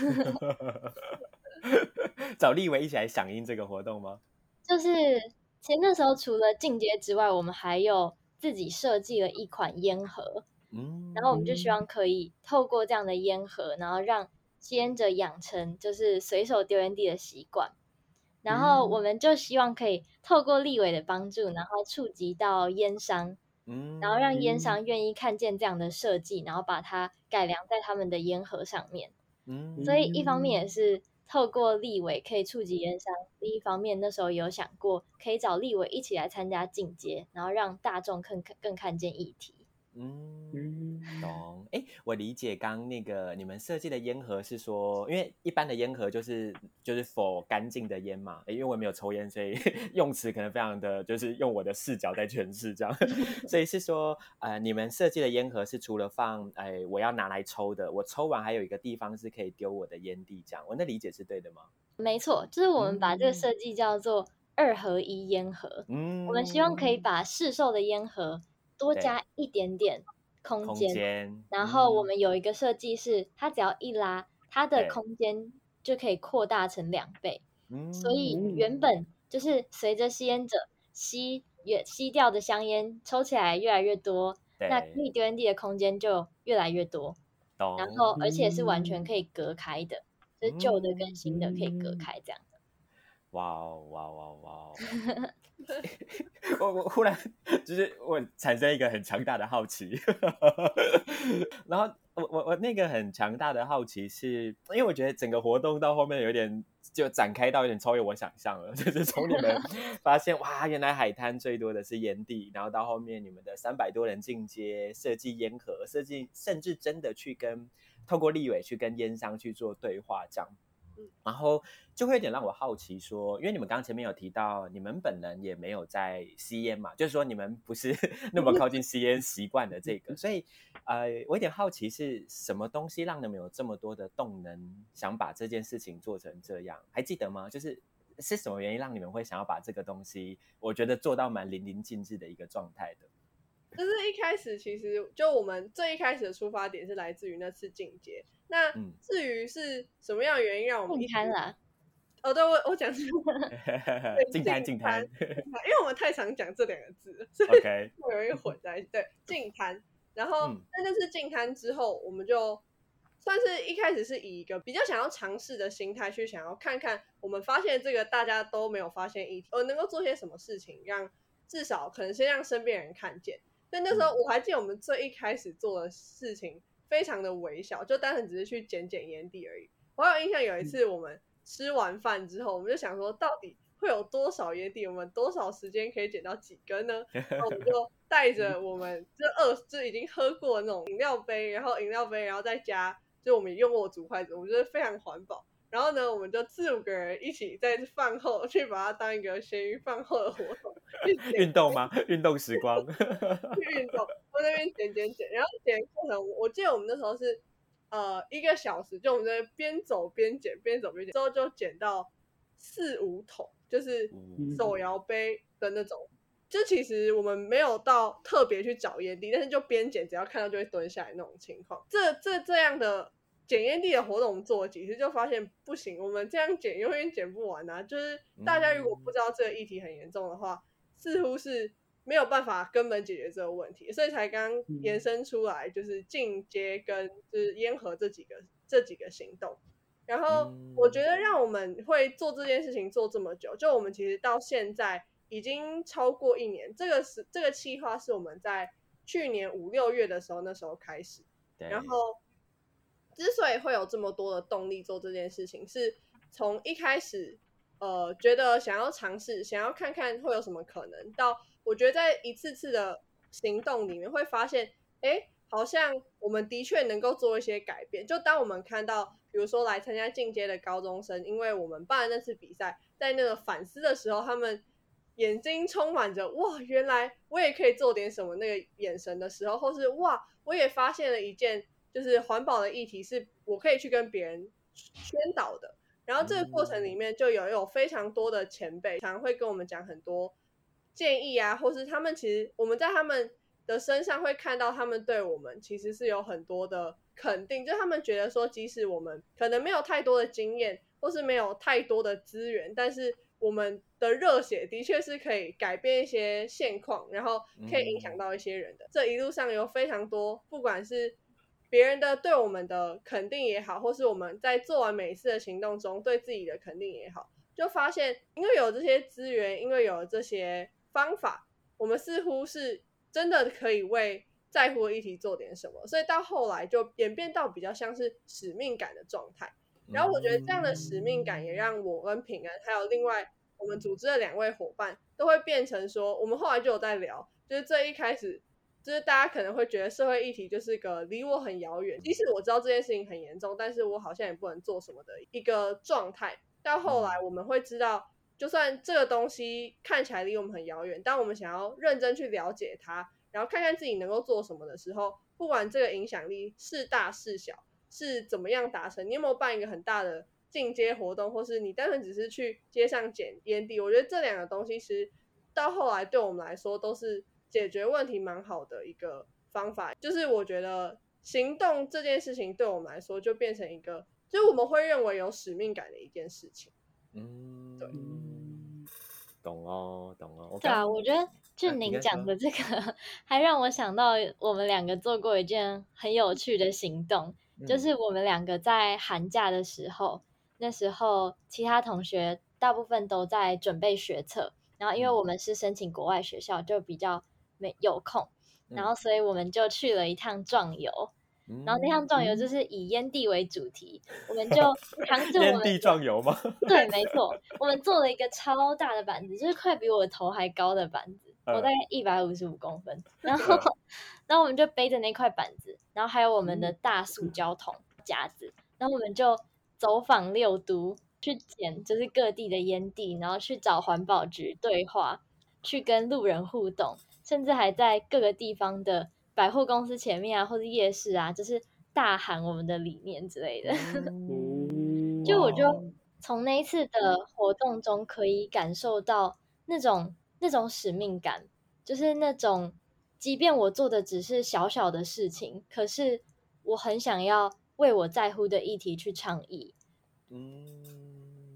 找立委一起来响应这个活动吗？ 就是其实那时候除了进阶之外，我们还有自己设计了一款烟盒， 嗯， 然后我们就希望可以透过这样的烟盒，然后让吸烟者养成就是随手丢烟蒂的习惯。然后我们就希望可以透过立委的帮助，然后触及到烟商， 嗯， 然后让烟商愿意看见这样的设计，然后把它改良在他们的烟盒上面。 嗯， 所以一方面也是透过立委可以触及烟商，另一方面那时候有想过可以找立委一起来参加进阶，然后让大众更更看见议题。 嗯，懂。哎，我理解刚那个你们设计的烟盒是说，因为一般的烟盒就是就是 for 干净的烟嘛。因为我没有抽烟，所以用词可能非常的就是用我的视角在诠释这样。所以是说，呃，你们设计的烟盒是除了放，哎，我要拿来抽的，我抽完还有一个地方是可以丢我的烟蒂，这样。我那理解是对的吗？ 没错，就是我们把这个设计叫做二合一烟盒。 嗯， 我们希望可以把市售的烟盒多加一点点空空间， 间， 然后我嗯们有一个设计是，它只要一拉，它的对空间就可以扩大成两倍。 嗯所以原本就是随着吸烟者吸越吸掉的香烟抽起来越来越多，那可对， 以丢烟蒂的空间就越来越多。然懂。 后而且是完全可以隔开的，就是旧的跟新的可以隔嗯开这样。 哇哦哇哦哇哦哇哦！我我忽然就是我产生一个很强大的好奇，然后我我我那个很强大的好奇是，因为我觉得整个活动到后面有点就展开到有点超越我想象了，就是从你们发现哇，原来海滩最多的是烟蒂，然后到后面你们的三百多人进阶设计烟盒，设计甚至真的去跟透过立委去跟烟商去做对话这样。然后就会有点让我好奇说，因为你们刚刚前面有提到你们本人也没有在吸烟嘛，就是说你们不是那么靠近吸烟习惯的这个，所以呃，我有点好奇是什么东西让你们有这么多的动能，想把这件事情做成这样，还记得吗？就是是什么原因让你们会想要把这个东西，我觉得做到蛮淋漓尽致的一个状态的？ 就是一开始其实就我们最一开始的出发点是来自于那次进阶，那至于是什么样的原因让我们一看啦， 哦，对，我我讲是净滩净滩， 因为我们太常讲这两个字，所以 OK 会容易混在一起。对，净滩。然后， 嗯那那次净滩之后，我们就算是一开始是以一个比较想要尝试的心态去想要看看，我们发现这个大家都没有发现议题，而能够做些什么事情，让至少可能先让身边人看见。所以那时候我还记得我们最一开始做的事情非常的微小，就单纯只是去捡捡烟蒂而已。我还有印象有一次我们吃完饭之后，我们就想说到底会有多少烟蒂，我们多少时间可以捡到几根呢？然后我们就带着我们这二就已经喝过的那种饮料杯，然后饮料杯，然后再加就我们用过的竹筷子，我们觉得非常环保。然后呢，我们就四五个人一起在饭后去把它当一个咸鱼饭后的活动， 运动吗？运动时光， 去运动，在那边捡捡捡，然后捡过程，我记得我们那时候是呃一个小时，就我们在边走边捡，边走边捡，之后就捡到四五桶，就是手摇杯的那种。就其实我们没有到特别去找烟蒂，但是就边捡，只要看到就会蹲下来那种情况。这这这样的捡烟蒂的活动我们做了几次，就发现不行，我们这样捡永远捡不完啊！就是大家如果不知道这个议题很严重的话，似乎是没有办法根本解决这个问题，所以才刚延伸出来就是进阶跟就是烟盒这几个这几个行动。然后我觉得让我们会做这件事情做这么久，就我们其实到现在已经超过一年。这个是这个企划是我们在去年五六月的时候那时候开始，然后之所以会有这么多的动力做这件事情，是从一开始呃觉得想要尝试，想要看看会有什么可能，到我觉得在一次次的行动里面会发现，哎，好像我们的确能够做一些改变。就当我们看到比如说来参加进阶的高中生，因为我们办的那次比赛，在那个反思的时候，他们眼睛充满着哇，原来我也可以做点什么那个眼神的时候，或是哇，我也发现了一件就是环保的议题是我可以去跟别人宣导的。然后这个过程里面就有有非常多的前辈常会跟我们讲很多建议啊，或是他们其实我们在他们的身上会看到他们对我们其实是有很多的肯定，就他们觉得说即使我们可能没有太多的经验或是没有太多的资源，但是我们的热血的确是可以改变一些现况，然后可以影响到一些人的。这一路上有非常多不管是别人的对我们的肯定也好，或是我们在做完每一次的行动中对自己的肯定也好，就发现因为有这些资源，因为有这些方法，我们似乎是真的可以为在乎的议题做点什么，所以到后来就演变到比较像是使命感的状态。然后我觉得这样的使命感也让我跟平安还有另外我们组织的两位伙伴都会变成说，我们后来就有在聊，就是这一开始就是大家可能会觉得社会议题就是个离我很遥远，即使我知道这件事情很严重，但是我好像也不能做什么的一个状态。到后来我们会知道，就算这个东西看起来离我们很遥远，当我们想要认真去了解它，然后看看自己能够做什么的时候，不管这个影响力是大是小，是怎么样达成，你有没有办一个很大的进阶活动，或是你单纯只是去街上捡烟蒂，我觉得这两个东西其实到后来对我们来说都是解决问题蛮好的一个方法。就是我觉得行动这件事情对我们来说就变成一个就是我们会认为有使命感的一件事情。 嗯， 对， 懂哦懂哦。 对啊，我觉得就您讲的这个还让我想到我们两个做过一件很有趣的行动， 嗯就是我们两个在寒假的时候，那时候其他同学大部分都在准备学测，然后因为我们是申请国外学校，就比较没有空，然后所以我们就去了一趟壮游。然后那趟壮游就是以烟蒂为主题，我们就扛着我们烟蒂壮游吗？ 对，没错，我们做了一个超大的板子，就是快比我头还高的板子，我大概一百五十五公分。然后，然后我们就背着那块板子，然后还有我们的大塑胶桶夹子，然后我们就走访六都，去捡就是各地的烟蒂，然后去找环保局对话，去跟路人互动，甚至还在各个地方的百货公司前面啊，或是夜市啊，就是大喊我们的理念之类的。就我就从那一次的活动中可以感受到那种那种使命感，就是那种即便我做的只是小小的事情，可是我很想要为我在乎的议题去倡议。 嗯，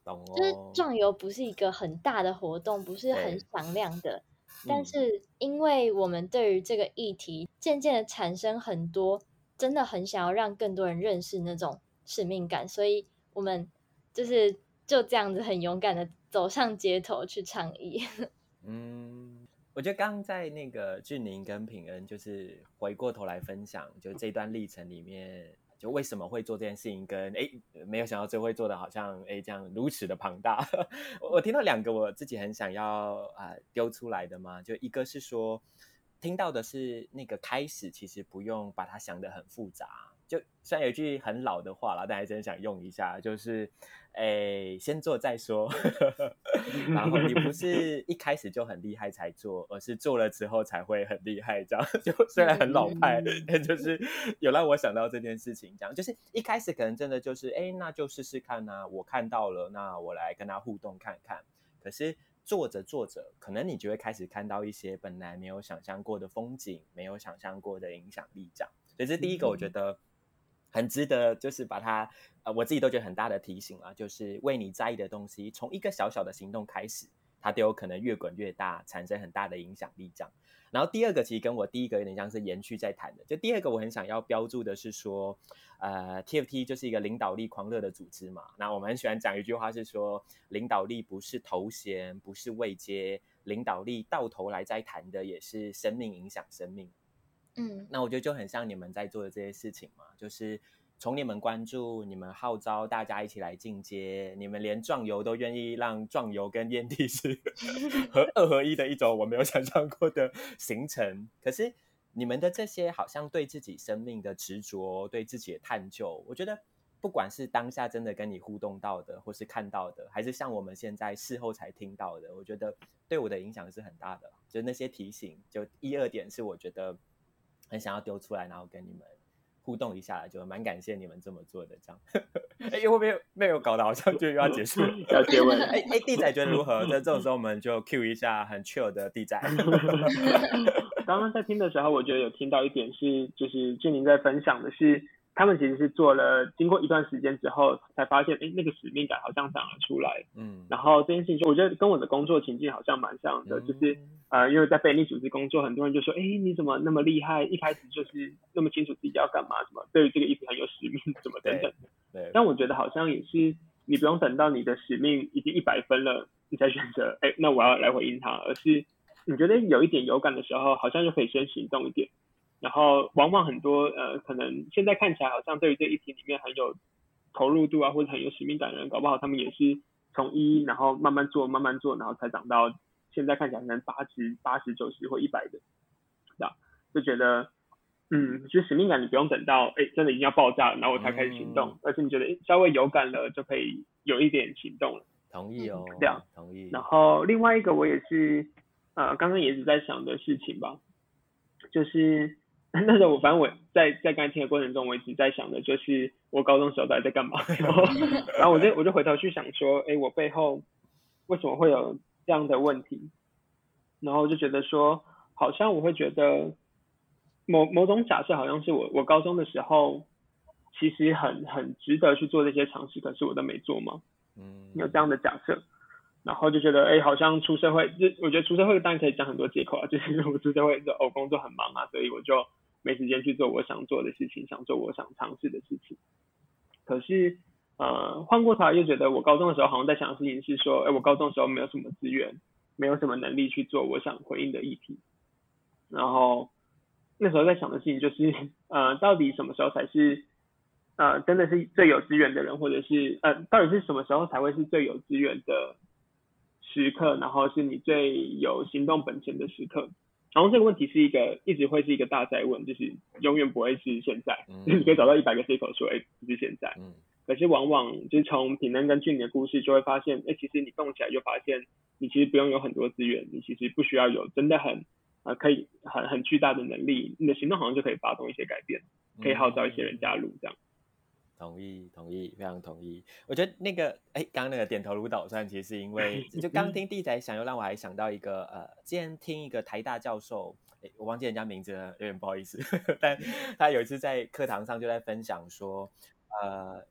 懂哦。 就是壮游不是一个很大的活动，不是很响亮的，但是因为我们对于这个议题渐渐的产生很多真的很想要让更多人认识那种使命感，所以我们就是就这样子很勇敢的走上街头去倡议。 嗯，我觉得刚刚在那个俊宁跟品恩就是回过头来分享，就这段历程里面，就为什么会做这件事情跟，跟哎没有想到最后会做的好像哎这样如此的庞大。我听到两个我自己很想要啊、呃、丢出来的嘛，就一个是说听到的是那个开始其实不用把它想得很复杂，就虽然有一句很老的话啦，但还真想用一下，就是诶先做再说。然后你不是一开始就很厉害才做，而是做了之后才会很厉害，这样就虽然很老派，但就是有让我想到这件事情，这样就是一开始可能真的就是哎那就试试看啊，我看到了，那我来跟他互动看看。可是做着做着，可能你就会开始看到一些本来没有想象过的风景，没有想象过的影响力，这样。所以这第一个，我觉得很值得，就是把它，呃，我自己都觉得很大的提醒啦，就是为你在意的东西，从一个小小的行动开始，它都有可能越滚越大，产生很大的影响力，这样。然后第二个其实跟我第一个有点像是延续在谈的，就第二个我很想要标注的是说，呃 ，T F T 就是一个领导力狂热的组织嘛。那我们很喜欢讲一句话是说，领导力不是头衔，不是位阶，领导力到头来在谈的也是生命影响生命。嗯，那我觉得就很像你们在做的这些事情嘛，就是从你们关注，你们号召大家一起来进阶，你们连壮游都愿意让壮游跟烟蒂是合二合一的一种我没有想象过的行程。可是你们的这些好像对自己生命的执着，对自己的探究，我觉得不管是当下真的跟你互动到的，或是看到的，还是像我们现在事后才听到的，我觉得对我的影响是很大的。就那些提醒，就一二点是我觉得很想要丢出来，然后跟你们互动一下，就蛮感谢你们这么做的，这样。哎，会不会没有搞得好像就又要结束了？ 要结尾了。 哎哎，地仔觉得如何？在这种时候我们就 cue 一下很 chill 的地仔。 刚刚在听的时候，我觉得有听到一点是，就是俊宁在分享的是，他们其实是做了经过一段时间之后，才发现，哎，那个使命感好像长了出来。嗯，然后这件事情，我觉得跟我的工作情境好像蛮像的，嗯、就是呃，因为在非营利组织工作，很多人就说，哎，你怎么那么厉害？一开始就是那么清楚自己要干嘛，什么对于这个议题很有使命，什么等等的。对。但我觉得好像也是，你不用等到你的使命已经一百分了，你才选择，哎，那我要来回应它，而是你觉得有一点有感的时候，好像就可以先行动一点。然后往往很多呃，可能现在看起来好像对于这议题里面很有投入度啊，或者很有使命感的人，搞不好他们也是从一，然后慢慢做，慢慢做，然后才长到现在看起来可能八十、八十、九十或一百的，这样就觉得，嗯，就是使命感你不用等到哎真的已经要爆炸了，然后我才开始行动，嗯、而是你觉得稍微有感了就可以有一点行动了。 同意哦， 这样同意。 然后另外一个我也是呃刚刚也是在想的事情吧，就是。那时候我反正我在在刚才听的过程中，我一直在想的就是我高中时候到底在干嘛，然后然后我就我就回头去想说，哎，我背后为什么会有这样的问题？然后就觉得说，好像我会觉得某某种假设，好像是我我高中的时候其实很很值得去做这些尝试，可是我都没做嘛，嗯，有这样的假设。然后就觉得，哎，好像出社会，就我觉得出社会当然可以讲很多借口啊，就是我出社会就哦工作很忙啊，所以我就没时间去做我想做的事情，想做我想尝试的事情。可是呃换过头来又觉得，我高中的时候好像在想的事情是说，哎，我高中的时候没有什么资源，没有什么能力去做我想回应的议题。然后那时候在想的事情就是，呃，到底什么时候才是呃真的是最有资源的人，或者是呃到底是什么时候才会是最有资源的时刻，然后是你最有行动本钱的时刻。然后这个问题是一个一直会是一个大哉问，就是永远不会是现在，嗯、你可以找到一百个借口说，哎，不是现在。嗯、可是往往就是从品恩跟俊宁的故事就会发现，哎，其实你动起来就发现，你其实不用有很多资源，你其实不需要有真的很呃可以很很巨大的能力，你的行动好像就可以发动一些改变，可以号召一些人加入这样。 同意，同意，非常同意。我觉得那个，哎，刚刚那个点头如捣蒜，其实是因为就刚听地仔想，又让我还想到一个，呃，之前听一个台大教授，哎，我忘记人家名字了，有点不好意思，但他有一次在课堂上就在分享说，呃，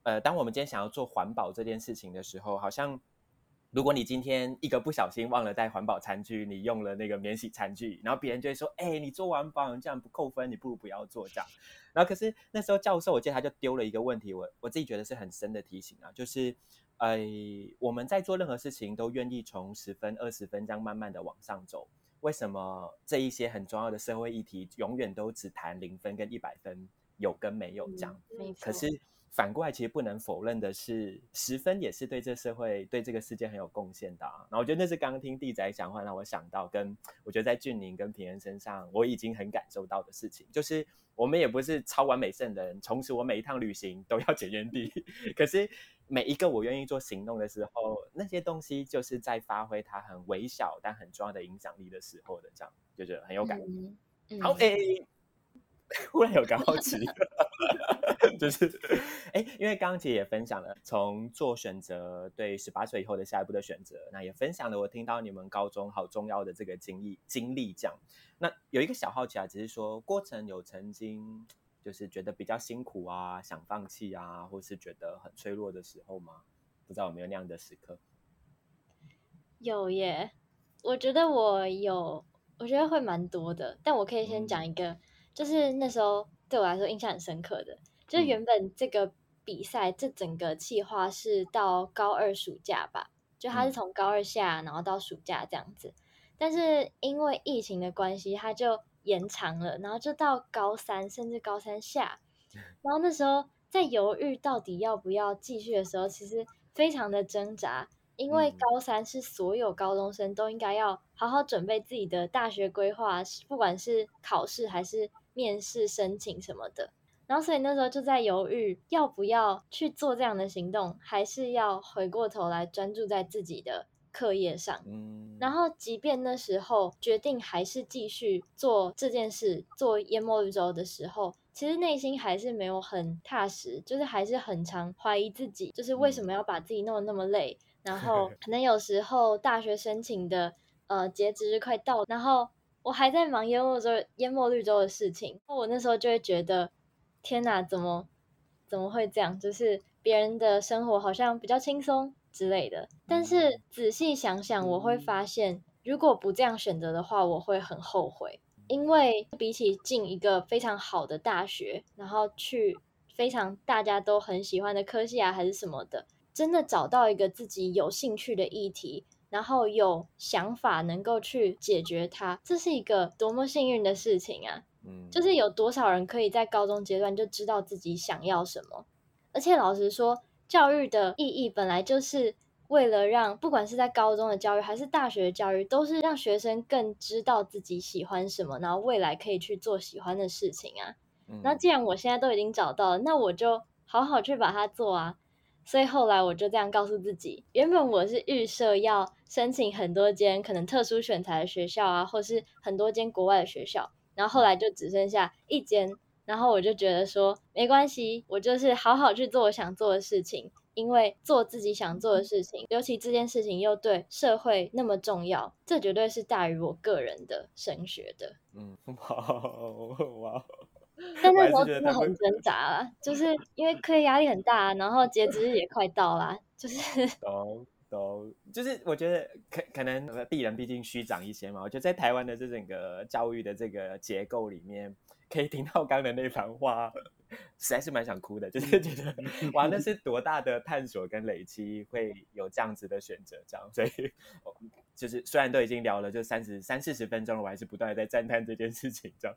呃，当我们今天想要做环保这件事情的时候，好像如果你今天一个不小心忘了带环保餐具，你用了那个免洗餐具，然后别人就会说，哎、欸，你做环保你这样不扣分，你不如不要做这样。然后可是那时候教授我记得他就丢了一个问题，我我自己觉得是很深的提醒啊，就是呃，我们在做任何事情都愿意从十分二十分这样慢慢的往上走，为什么这一些很重要的社会议题永远都只谈零分跟一百分，有跟没有这样、 嗯、没错。 可是反过来其实不能否认的是，十分也是对这社会对这个世界很有贡献的、啊、然后我觉得那是刚刚听弟仔讲话让我想到，跟我觉得在俊宁跟平恩身上我已经很感受到的事情，就是我们也不是超完美圣人，从此我每一趟旅行都要捡烟蒂可是每一个我愿意做行动的时候，那些东西就是在发挥它很微小但很重要的影响力的时候的，这样就觉得很有感、嗯嗯、好诶、欸，忽然有个好奇就是哎，因为刚刚其实也分享了从做选择对十八岁以后的下一步的选择，那也分享了我听到你们高中好重要的这个经历经历这样。那有一个小好奇啊，只是说过程有曾经就是觉得比较辛苦啊，想放弃啊，或是觉得很脆弱的时候吗？不知道有没有那样的时刻？ 有耶，我觉得我有，我觉得会蛮多的，但我可以先讲一个、嗯、就是那时候对我来说印象很深刻的，就是原本这个比赛、嗯、这整个企划是到高二暑假吧，就它是从高二下然后到暑假这样子，但是因为疫情的关系它就延长了，然后就到高三甚至高三下，然后那时候在犹豫到底要不要继续的时候，其实非常的挣扎，因为高三是所有高中生都应该要好好准备自己的大学规划，不管是考试还是面试申请什么的，然后所以那时候就在犹豫要不要去做这样的行动，还是要回过头来专注在自己的课业上。嗯，然后即便那时候决定还是继续做这件事，做淹没绿洲的时候，其实内心还是没有很踏实，就是还是很常怀疑自己，就是为什么要把自己弄得那么累、嗯、然后可能有时候大学申请的呃截止日快到，然后我还在忙淹没洲淹没绿洲的事情，我那时候就会觉得天哪，怎么怎么会这样，就是别人的生活好像比较轻松之类的，但是仔细想想我会发现如果不这样选择的话我会很后悔，因为比起进一个非常好的大学，然后去非常大家都很喜欢的科系啊还是什么的，真的找到一个自己有兴趣的议题，然后有想法能够去解决它，这是一个多么幸运的事情啊！嗯，就是有多少人可以在高中阶段就知道自己想要什么，而且老实说，教育的意义本来就是为了让不管是在高中的教育还是大学的教育，都是让学生更知道自己喜欢什么，然后未来可以去做喜欢的事情啊。嗯，那既然我现在都已经找到了，那我就好好去把它做啊。所以后来我就这样告诉自己，原本我是预设要申请很多间可能特殊选材的学校啊，或是很多间国外的学校，然后后来就只剩下一间，然后我就觉得说没关系，我就是好好去做我想做的事情，因为做自己想做的事情，尤其这件事情又对社会那么重要，这绝对是大于我个人的升学的。嗯，哇哇。但那时候真的很挣扎啦，就是因为课业压力很大，然后截止日也快到啦，就是懂懂，就是我觉得可可能鄙人毕竟虚长一些嘛，我觉得在台湾的这整个教育的这个结构里面，可以听到刚的那番话，实在是蛮想哭的，就是觉得哇，那是多大的探索跟累积，会有这样子的选择，这样，所以就是虽然都已经聊了就三十三四十分钟了，我还是不断的在赞叹这件事情，这样。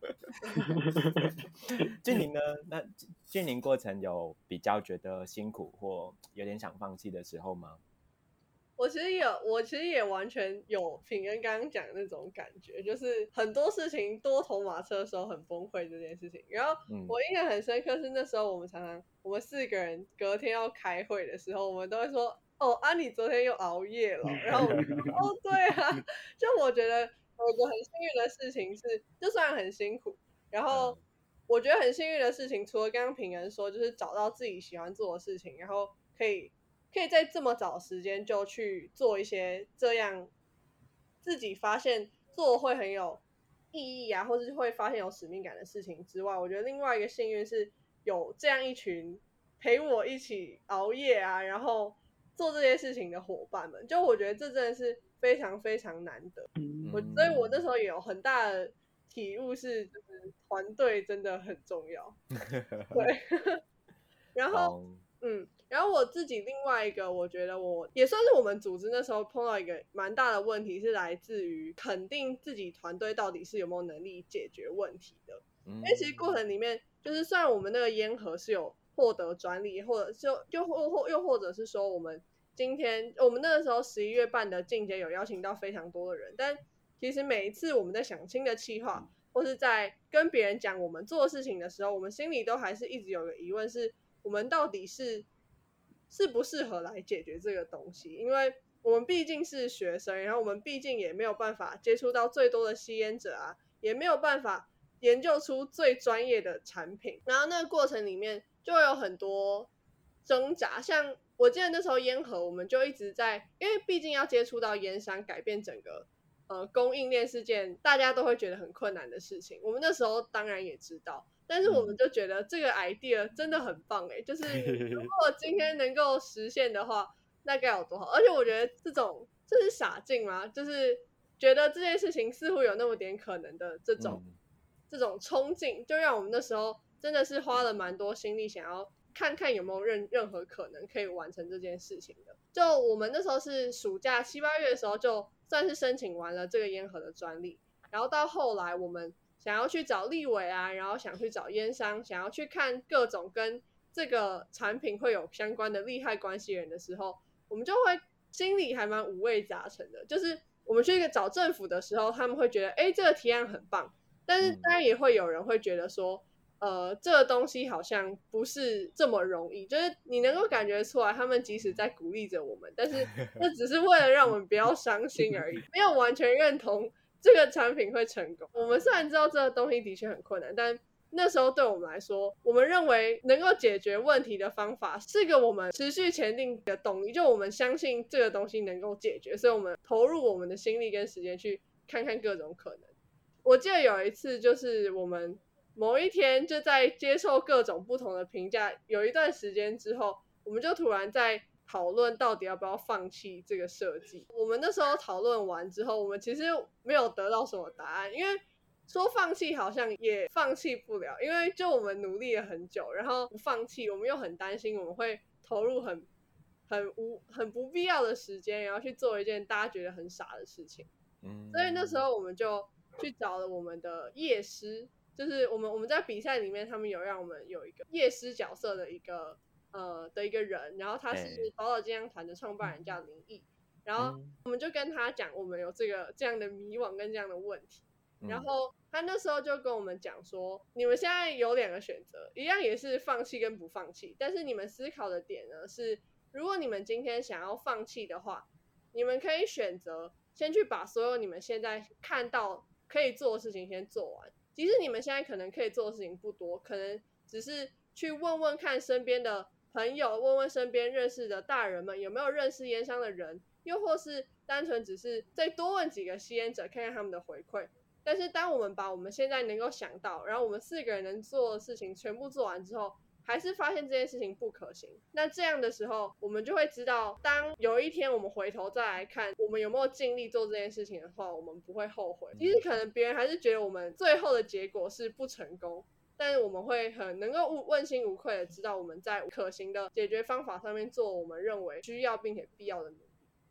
俊宁呢？那俊宁过程有比较觉得辛苦或有点想放弃的时候吗？ 我其实有，我其实也完全有品恩刚刚讲的那种感觉，就是很多事情多头马车的时候很崩溃这件事情。然后我印象很深刻是那时候我们常常我们四个人隔天要开会的时候，我们都会说哦，啊你昨天又熬夜了，然后我们就说哦对啊，就我觉得有一个很幸运的事情是，就算很辛苦，然后我觉得很幸运的事情，除了刚刚品恩说，就是找到自己喜欢做的事情，然后可以。可以在这么早时间就去做一些这样自己发现做会很有意义啊，或者会发现有使命感的事情之外，我觉得另外一个幸运是有这样一群陪我一起熬夜啊，然后做这些事情的伙伴们，就我觉得这真的是非常非常难得。 嗯我所以我那时候也有很大的体悟是，就是团队真的很重要。对，然后嗯，然后我自己另外一个，我觉得我也算是我们组织那时候碰到一个蛮大的问题，是来自于肯定自己团队到底是有没有能力解决问题的。因为其实过程里面，就是虽然我们那个烟盒是有获得专利，或者就就或或又或者是说我们今天我们那个时候十一月办的进阶有邀请到非常多的人，但其实每一次我们在想新的企划，或是在跟别人讲我们做事情的时候，我们心里都还是一直有个疑问是。我们到底是适不适合来解决这个东西？因为我们毕竟是学生，然后我们毕竟也没有办法接触到最多的吸烟者啊，也没有办法研究出最专业的产品。然后那个过程里面就会有很多挣扎，像我记得那时候烟盒，我们就一直在，因为毕竟要接触到烟商，改变整个呃供应链是件大家都会觉得很困难的事情。我们那时候当然也知道。但是我们就觉得这个 idea 真的很棒哎，就是如果今天能够实现的话，那该有多好！而且我觉得这种这是傻劲吗？就是觉得这件事情似乎有那么点可能的这种、嗯、这种冲劲，就让我们那时候真的是花了蛮多心力，想要看看有没有任任何可能可以完成这件事情的。就我们那时候是暑假七八月的时候，就算是申请完了这个烟盒的专利，然后到后来我们。想要去找立委啊，然后想去找烟商，想要去看各种跟这个产品会有相关的利害关系人的时候，我们就会心里还蛮五味杂陈的。就是我们去找政府的时候，他们会觉得，哎，这个提案很棒，但是当然也会有人会觉得说，呃，这个东西好像不是这么容易。就是你能够感觉出来，他们即使在鼓励着我们，但是那只是为了让我们不要伤心而已，没有完全认同。这个产品会成功。我们虽然知道这个东西的确很困难，但那时候对我们来说，我们认为能够解决问题的方法是个我们持续前进的动力。就我们相信这个东西能够解决，所以我们投入我们的心力跟时间去看看各种可能。我记得有一次，就是我们某一天就在接受各种不同的评价，有一段时间之后，我们就突然在讨论到底要不要放弃这个设计。我们那时候讨论完之后，我们其实没有得到什么答案，因为说放弃好像也放弃不了，因为就我们努力了很久，然后不放弃，我们又很担心我们会投入很很无很不必要的时间，然后去做一件大家觉得很傻的事情。嗯，所以那时候我们就去找了我们的业师，就是我们我们在比赛里面，他们有让我们有一个业师角色的一个。呃的一个人，然后他是宝岛健将团的创办人，叫林毅，然后我们就跟他讲我们有这个这样的迷惘跟这样的问题，然后他那时候就跟我们讲说，你们现在有两个选择，一样也是放弃跟不放弃，但是你们思考的点呢是，如果你们今天想要放弃的话，你们可以选择先去把所有你们现在看到可以做的事情先做完，即使你们现在可能可以做的事情不多，可能只是去问问看身边的朋友，问问身边认识的大人们有没有认识烟商的人，又或是单纯只是再多问几个吸烟者，看看他们的回馈。但是当我们把我们现在能够想到，然后我们四个人能做的事情全部做完之后，还是发现这件事情不可行，那这样的时候，我们就会知道，当有一天我们回头再来看我们有没有尽力做这件事情的话，我们不会后悔。其实可能别人还是觉得我们最后的结果是不成功，但是我们会很能够问心无愧的知道我们在可行的解决方法上面做我们认为需要并且必要的努力。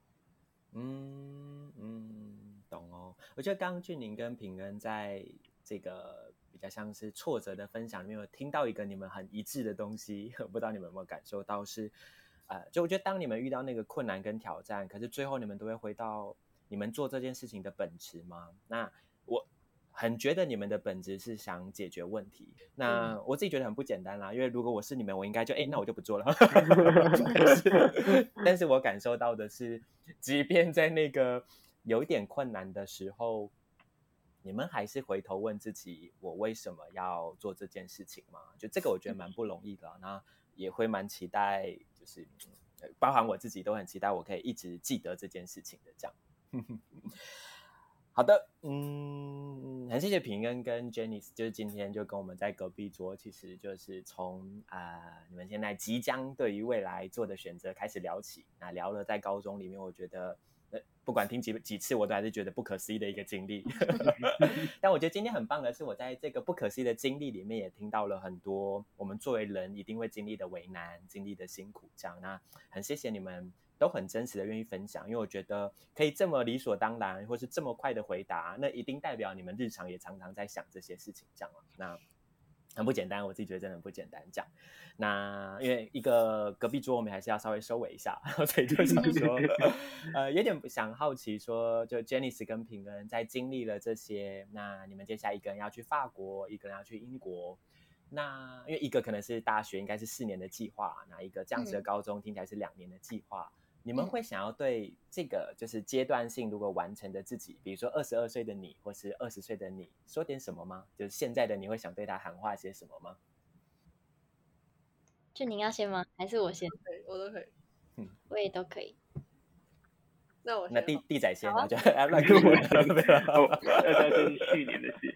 嗯嗯，懂哦。我觉得刚刚俊宁跟平恩在这个比较像是挫折的分享里面，有听到一个你们很一致的东西，不知道你们有没有感受到是，呃，就我觉得当你们遇到那个困难跟挑战，可是最后你们都会回到你们做这件事情的本质吗？那我很觉得你们的本质是想解决问题，那我自己觉得很不简单啦，因为如果我是你们，我应该就哎，那我就不做了。但是，但是我感受到的是，即便在那个有一点困难的时候，你们还是回头问自己，我为什么要做这件事情嘛？就这个我觉得蛮不容易的啦，那也会蛮期待，就是包含我自己都很期待，我可以一直记得这件事情的这样。 好的，嗯，很谢谢平恩跟 Janice， 就是今天就跟我们在隔壁桌，其实就是从啊、呃、你们现在即将对于未来做的选择开始聊起，那聊了在高中里面，我觉得呃不管听几几次，我都还是觉得不可思议的一个经历。但我觉得今天很棒的是，我在这个不可思议的经历里面也听到了很多我们作为人一定会经历的为难、经历的辛苦，这样，那很谢谢你们。都很真实的愿意分享，因为我觉得可以这么理所当然或是这么快的回答，那一定代表你们日常也常常在想这些事情，这样那很不简单，我自己觉得真的很不简单这样。那因为一个隔壁桌我们还是要稍微收尾一下，所以就想说呃，有点想好奇说，就 Janice 跟平恩在经历了这些，那你们接下来一个人要去法国，一个人要去英国，那因为一个可能是大学应该是四年的计划，那一个这样子的高中听起来是两年的计划、嗯，你们会想要对这个就是阶段性如果完成的自己，比如说二十二岁的你或是二十岁的你说点什么吗？就是现在的你会想对他喊话些什么吗？ 就您要先吗？还是我先？ 对，我都可以。 嗯，我也都可以。 那我先那地地仔先， 啊、 我就乱跟我先。 哦，二三是去年的事。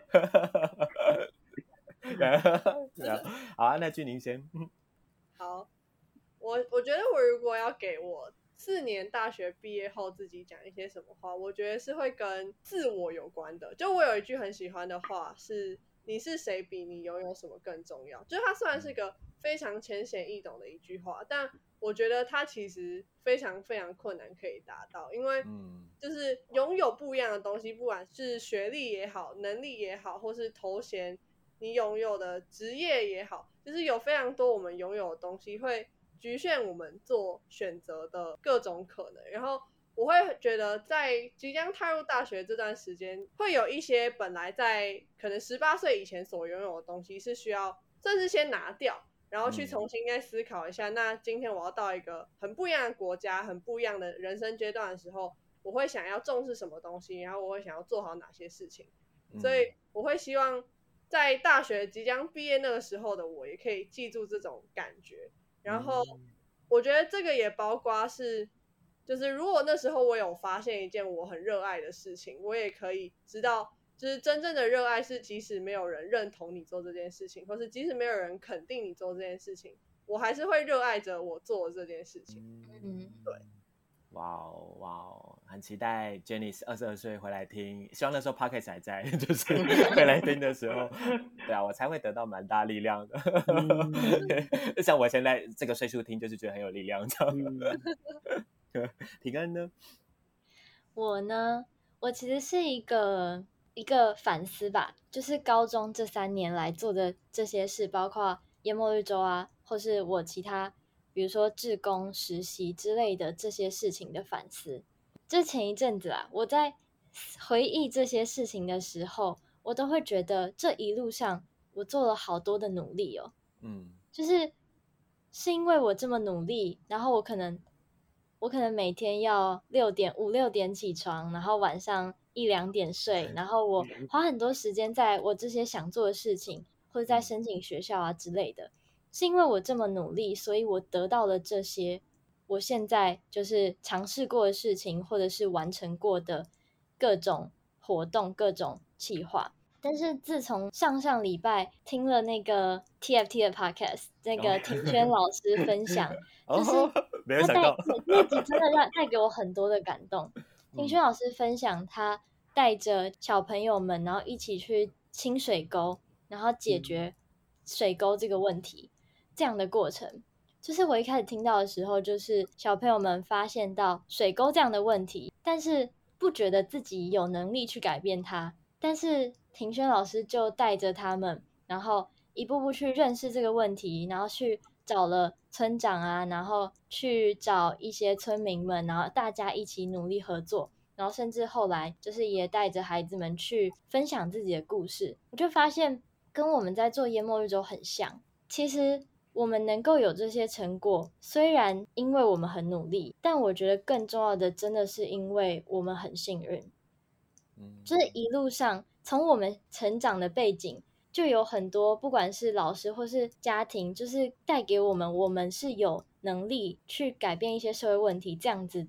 好啊，那俊宁先。 好，我我觉得我如果要给我四年大学毕业后自己讲一些什么话，我觉得是会跟自我有关的。就我有一句很喜欢的话是你是谁比你拥有什么更重要，就是它虽然是个非常浅显易懂的一句话，但我觉得它其实非常非常困难可以达到，因为就是拥有不一样的东西，不管是学历也好，能力也好，或是头衔你拥有的职业也好，就是有非常多我们拥有的东西会局限我们做选择的各种可能。然后我会觉得在即将踏入大学这段时间，会有一些本来在可能十八岁以前所拥有的东西是需要算是先拿掉，然后去重新再思考一下、嗯、那今天我要到一个很不一样的国家，很不一样的人生阶段的时候，我会想要重视什么东西，然后我会想要做好哪些事情、嗯、所以我会希望在大学即将毕业那个时候的我也可以记住这种感觉。然后我觉得这个也包括是就是如果那时候我有发现一件我很热爱的事情，我也可以知道就是真正的热爱是即使没有人认同你做这件事情，或是即使没有人肯定你做这件事情，我还是会热爱着我做的这件事情。嗯，对。 哇哦哇哦，很期待 Janice 二十二岁回来听，希望那时候 Podcast 还在，就是回来听的时候，对啊，我才会得到蛮大力量的。嗯、像我现在这个岁数听，就是觉得很有力量。嗯、平安呢？ 我呢，我其实是一个一个反思吧，就是高中这三年来做的这些事，包括研末日周啊，或是我其他。比如说志工实习之类的这些事情的反思。就前一阵子啊，我在回忆这些事情的时候，我都会觉得这一路上我做了好多的努力哦。嗯，就是是因为我这么努力，然后我可能我可能每天要六点五六点起床，然后晚上一两点睡，然后我花很多时间在我这些想做的事情，或者在申请学校啊之类的。是因为我这么努力，所以我得到了这些我现在就是尝试过的事情，或者是完成过的各种活动、各种企划。但是自从上上礼拜听了那个 T F T 的 podcast， 那个庭轩老师分享，哦、就是他带那集真的让带给我很多的感动。庭轩老师分享他带着小朋友们，然后一起去清水沟，然后解决水沟这个问题。这样的过程，就是我一开始听到的时候，就是小朋友们发现到水沟这样的问题，但是不觉得自己有能力去改变它。但是庭轩老师就带着他们，然后一步步去认识这个问题，然后去找了村长啊，然后去找一些村民们，然后大家一起努力合作，然后甚至后来就是也带着孩子们去分享自己的故事。我就发现跟我们在做研末日周很像，其实我们能够有这些成果，虽然因为我们很努力，但我觉得更重要的真的是因为我们很幸运。嗯，就是一路上从我们成长的背景就有很多，不管是老师或是家庭，就是带给我们我们是有能力去改变一些社会问题这样子的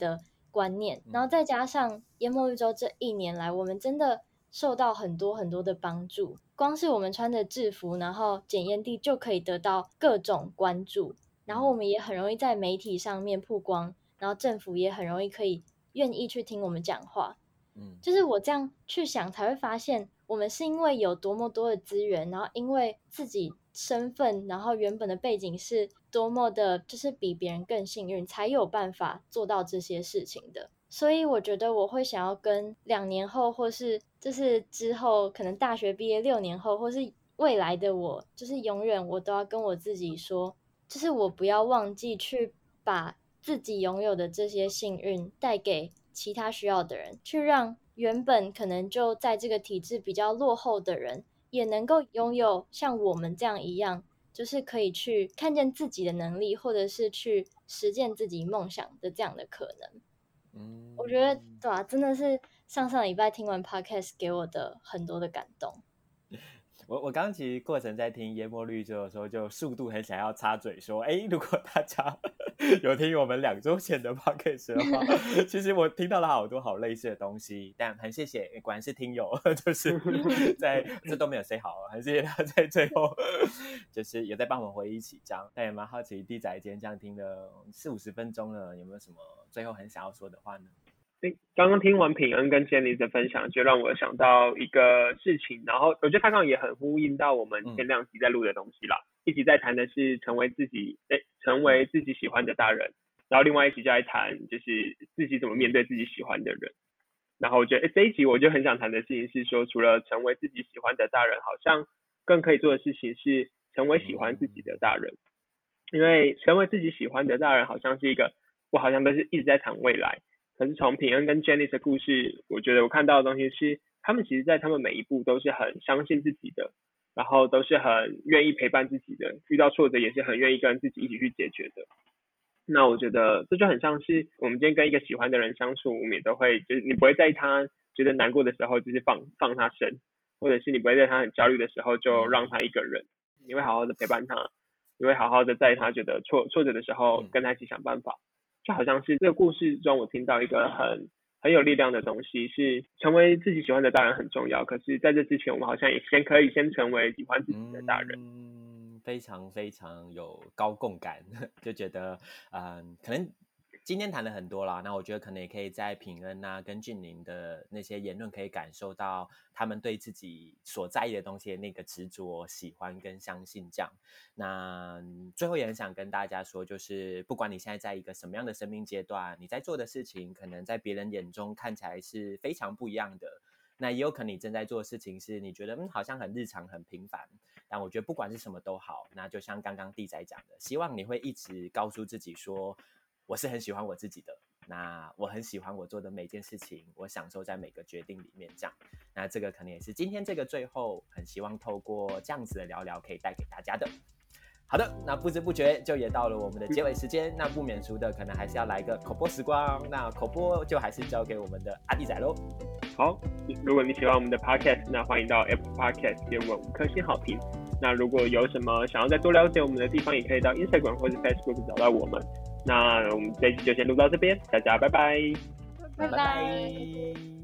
观念，然后再加上淹没绿洲这一年来，我们真的受到很多很多的帮助。光是我们穿着制服，然后检验地就可以得到各种关注，然后我们也很容易在媒体上面曝光，然后政府也很容易可以愿意去听我们讲话。嗯，就是我这样去想才会发现，我们是因为有多么多的资源，然后因为自己身份，然后原本的背景是多么的，就是比别人更幸运，才有办法做到这些事情的。所以我觉得我会想要跟两年后，或是就是之后可能大学毕业六年后，或是未来的我，就是永远我都要跟我自己说，就是我不要忘记去把自己拥有的这些幸运带给其他需要的人，去让原本可能就在这个体制比较落后的人也能够拥有像我们这样一样，就是可以去看见自己的能力，或者是去实践自己梦想的这样的可能。嗯，我觉得对啊，真的是上上礼拜听完 podcast 给我的很多的感动。 我我刚刚其实过程在听淹没绿洲的时候，就速度很想要插嘴说，哎，如果大家有听我们两周前的 podcast 的话，其实我听到了好多好类似的东西，但很谢谢，果然是听友，就是在这都没有 say 好，很谢谢他在最后就是也在帮我们回忆起章。但也蛮好奇弟仔今天这样听了四五十分钟了，有没有什么最后很想要说的话呢？ 刚刚听完品恩跟 Jenny 的分享，就让我想到一个事情，然后我觉得他刚刚也很呼应到我们前两集在录的东西啦。嗯、一集在谈的是成为自己，诶，成为自己喜欢的大人，然后另外一集就在谈就是自己怎么面对自己喜欢的人。然后我觉得这一集我就很想谈的事情是说，除了成为自己喜欢的大人，好像更可以做的事情是成为喜欢自己的大人。因为成为自己喜欢的大人，好像是一个我好像都是一直在谈未来。可是从品恩跟 Jenny 的故事，我觉得我看到的东西是，他们其实在他们每一步都是很相信自己的，然后都是很愿意陪伴自己的，遇到挫折也是很愿意跟自己一起去解决的。那我觉得这就很像是我们今天跟一个喜欢的人相处，我们也都会，就是你不会在他觉得难过的时候就是放放他生，或者是你不会在他很焦虑的时候就让他一个人，你会好好的陪伴他，你会好好的在他觉得挫挫折的时候跟他一起想办法。就好像是这个故事中我听到一个很很有力量的东西，是成为自己喜欢的大人很重要，可是在这之前我们好像也先可以先成为喜欢自己的大人。 嗯，非常非常有高共感，就觉得嗯，可能今天谈了很多啦，那我觉得可能也可以在品恩啊跟俊宁的那些言论可以感受到他们对自己所在意的东西的那个执着、喜欢跟相信这样。那最后也很想跟大家说，就是不管你现在在一个什么样的生命阶段，你在做的事情可能在别人眼中看起来是非常不一样的，那也有可能你正在做的事情是你觉得嗯好像很日常很平凡，但我觉得不管是什么都好，那就像刚刚弟仔讲的，希望你会一直告诉自己说，我是很喜欢我自己的，那我很喜欢我做的每件事情，我享受在每个决定里面这样。那这个可能也是今天这个最后很希望透过这样子的聊聊可以带给大家的。好的，那不知不觉就也到了我们的结尾时间，那不免俗的可能还是要来个口播时光，那口播就还是交给我们的阿弟仔咯。 好，如果你喜欢我们的 podcast， 那欢迎到 Apple Podcast 给我们五颗星好评。那如果有什么想要再多了解我们的地方，也可以到 Instagram 或是 Facebook 找到我们。那我们这一期就先录到这边，大家拜拜， 拜拜。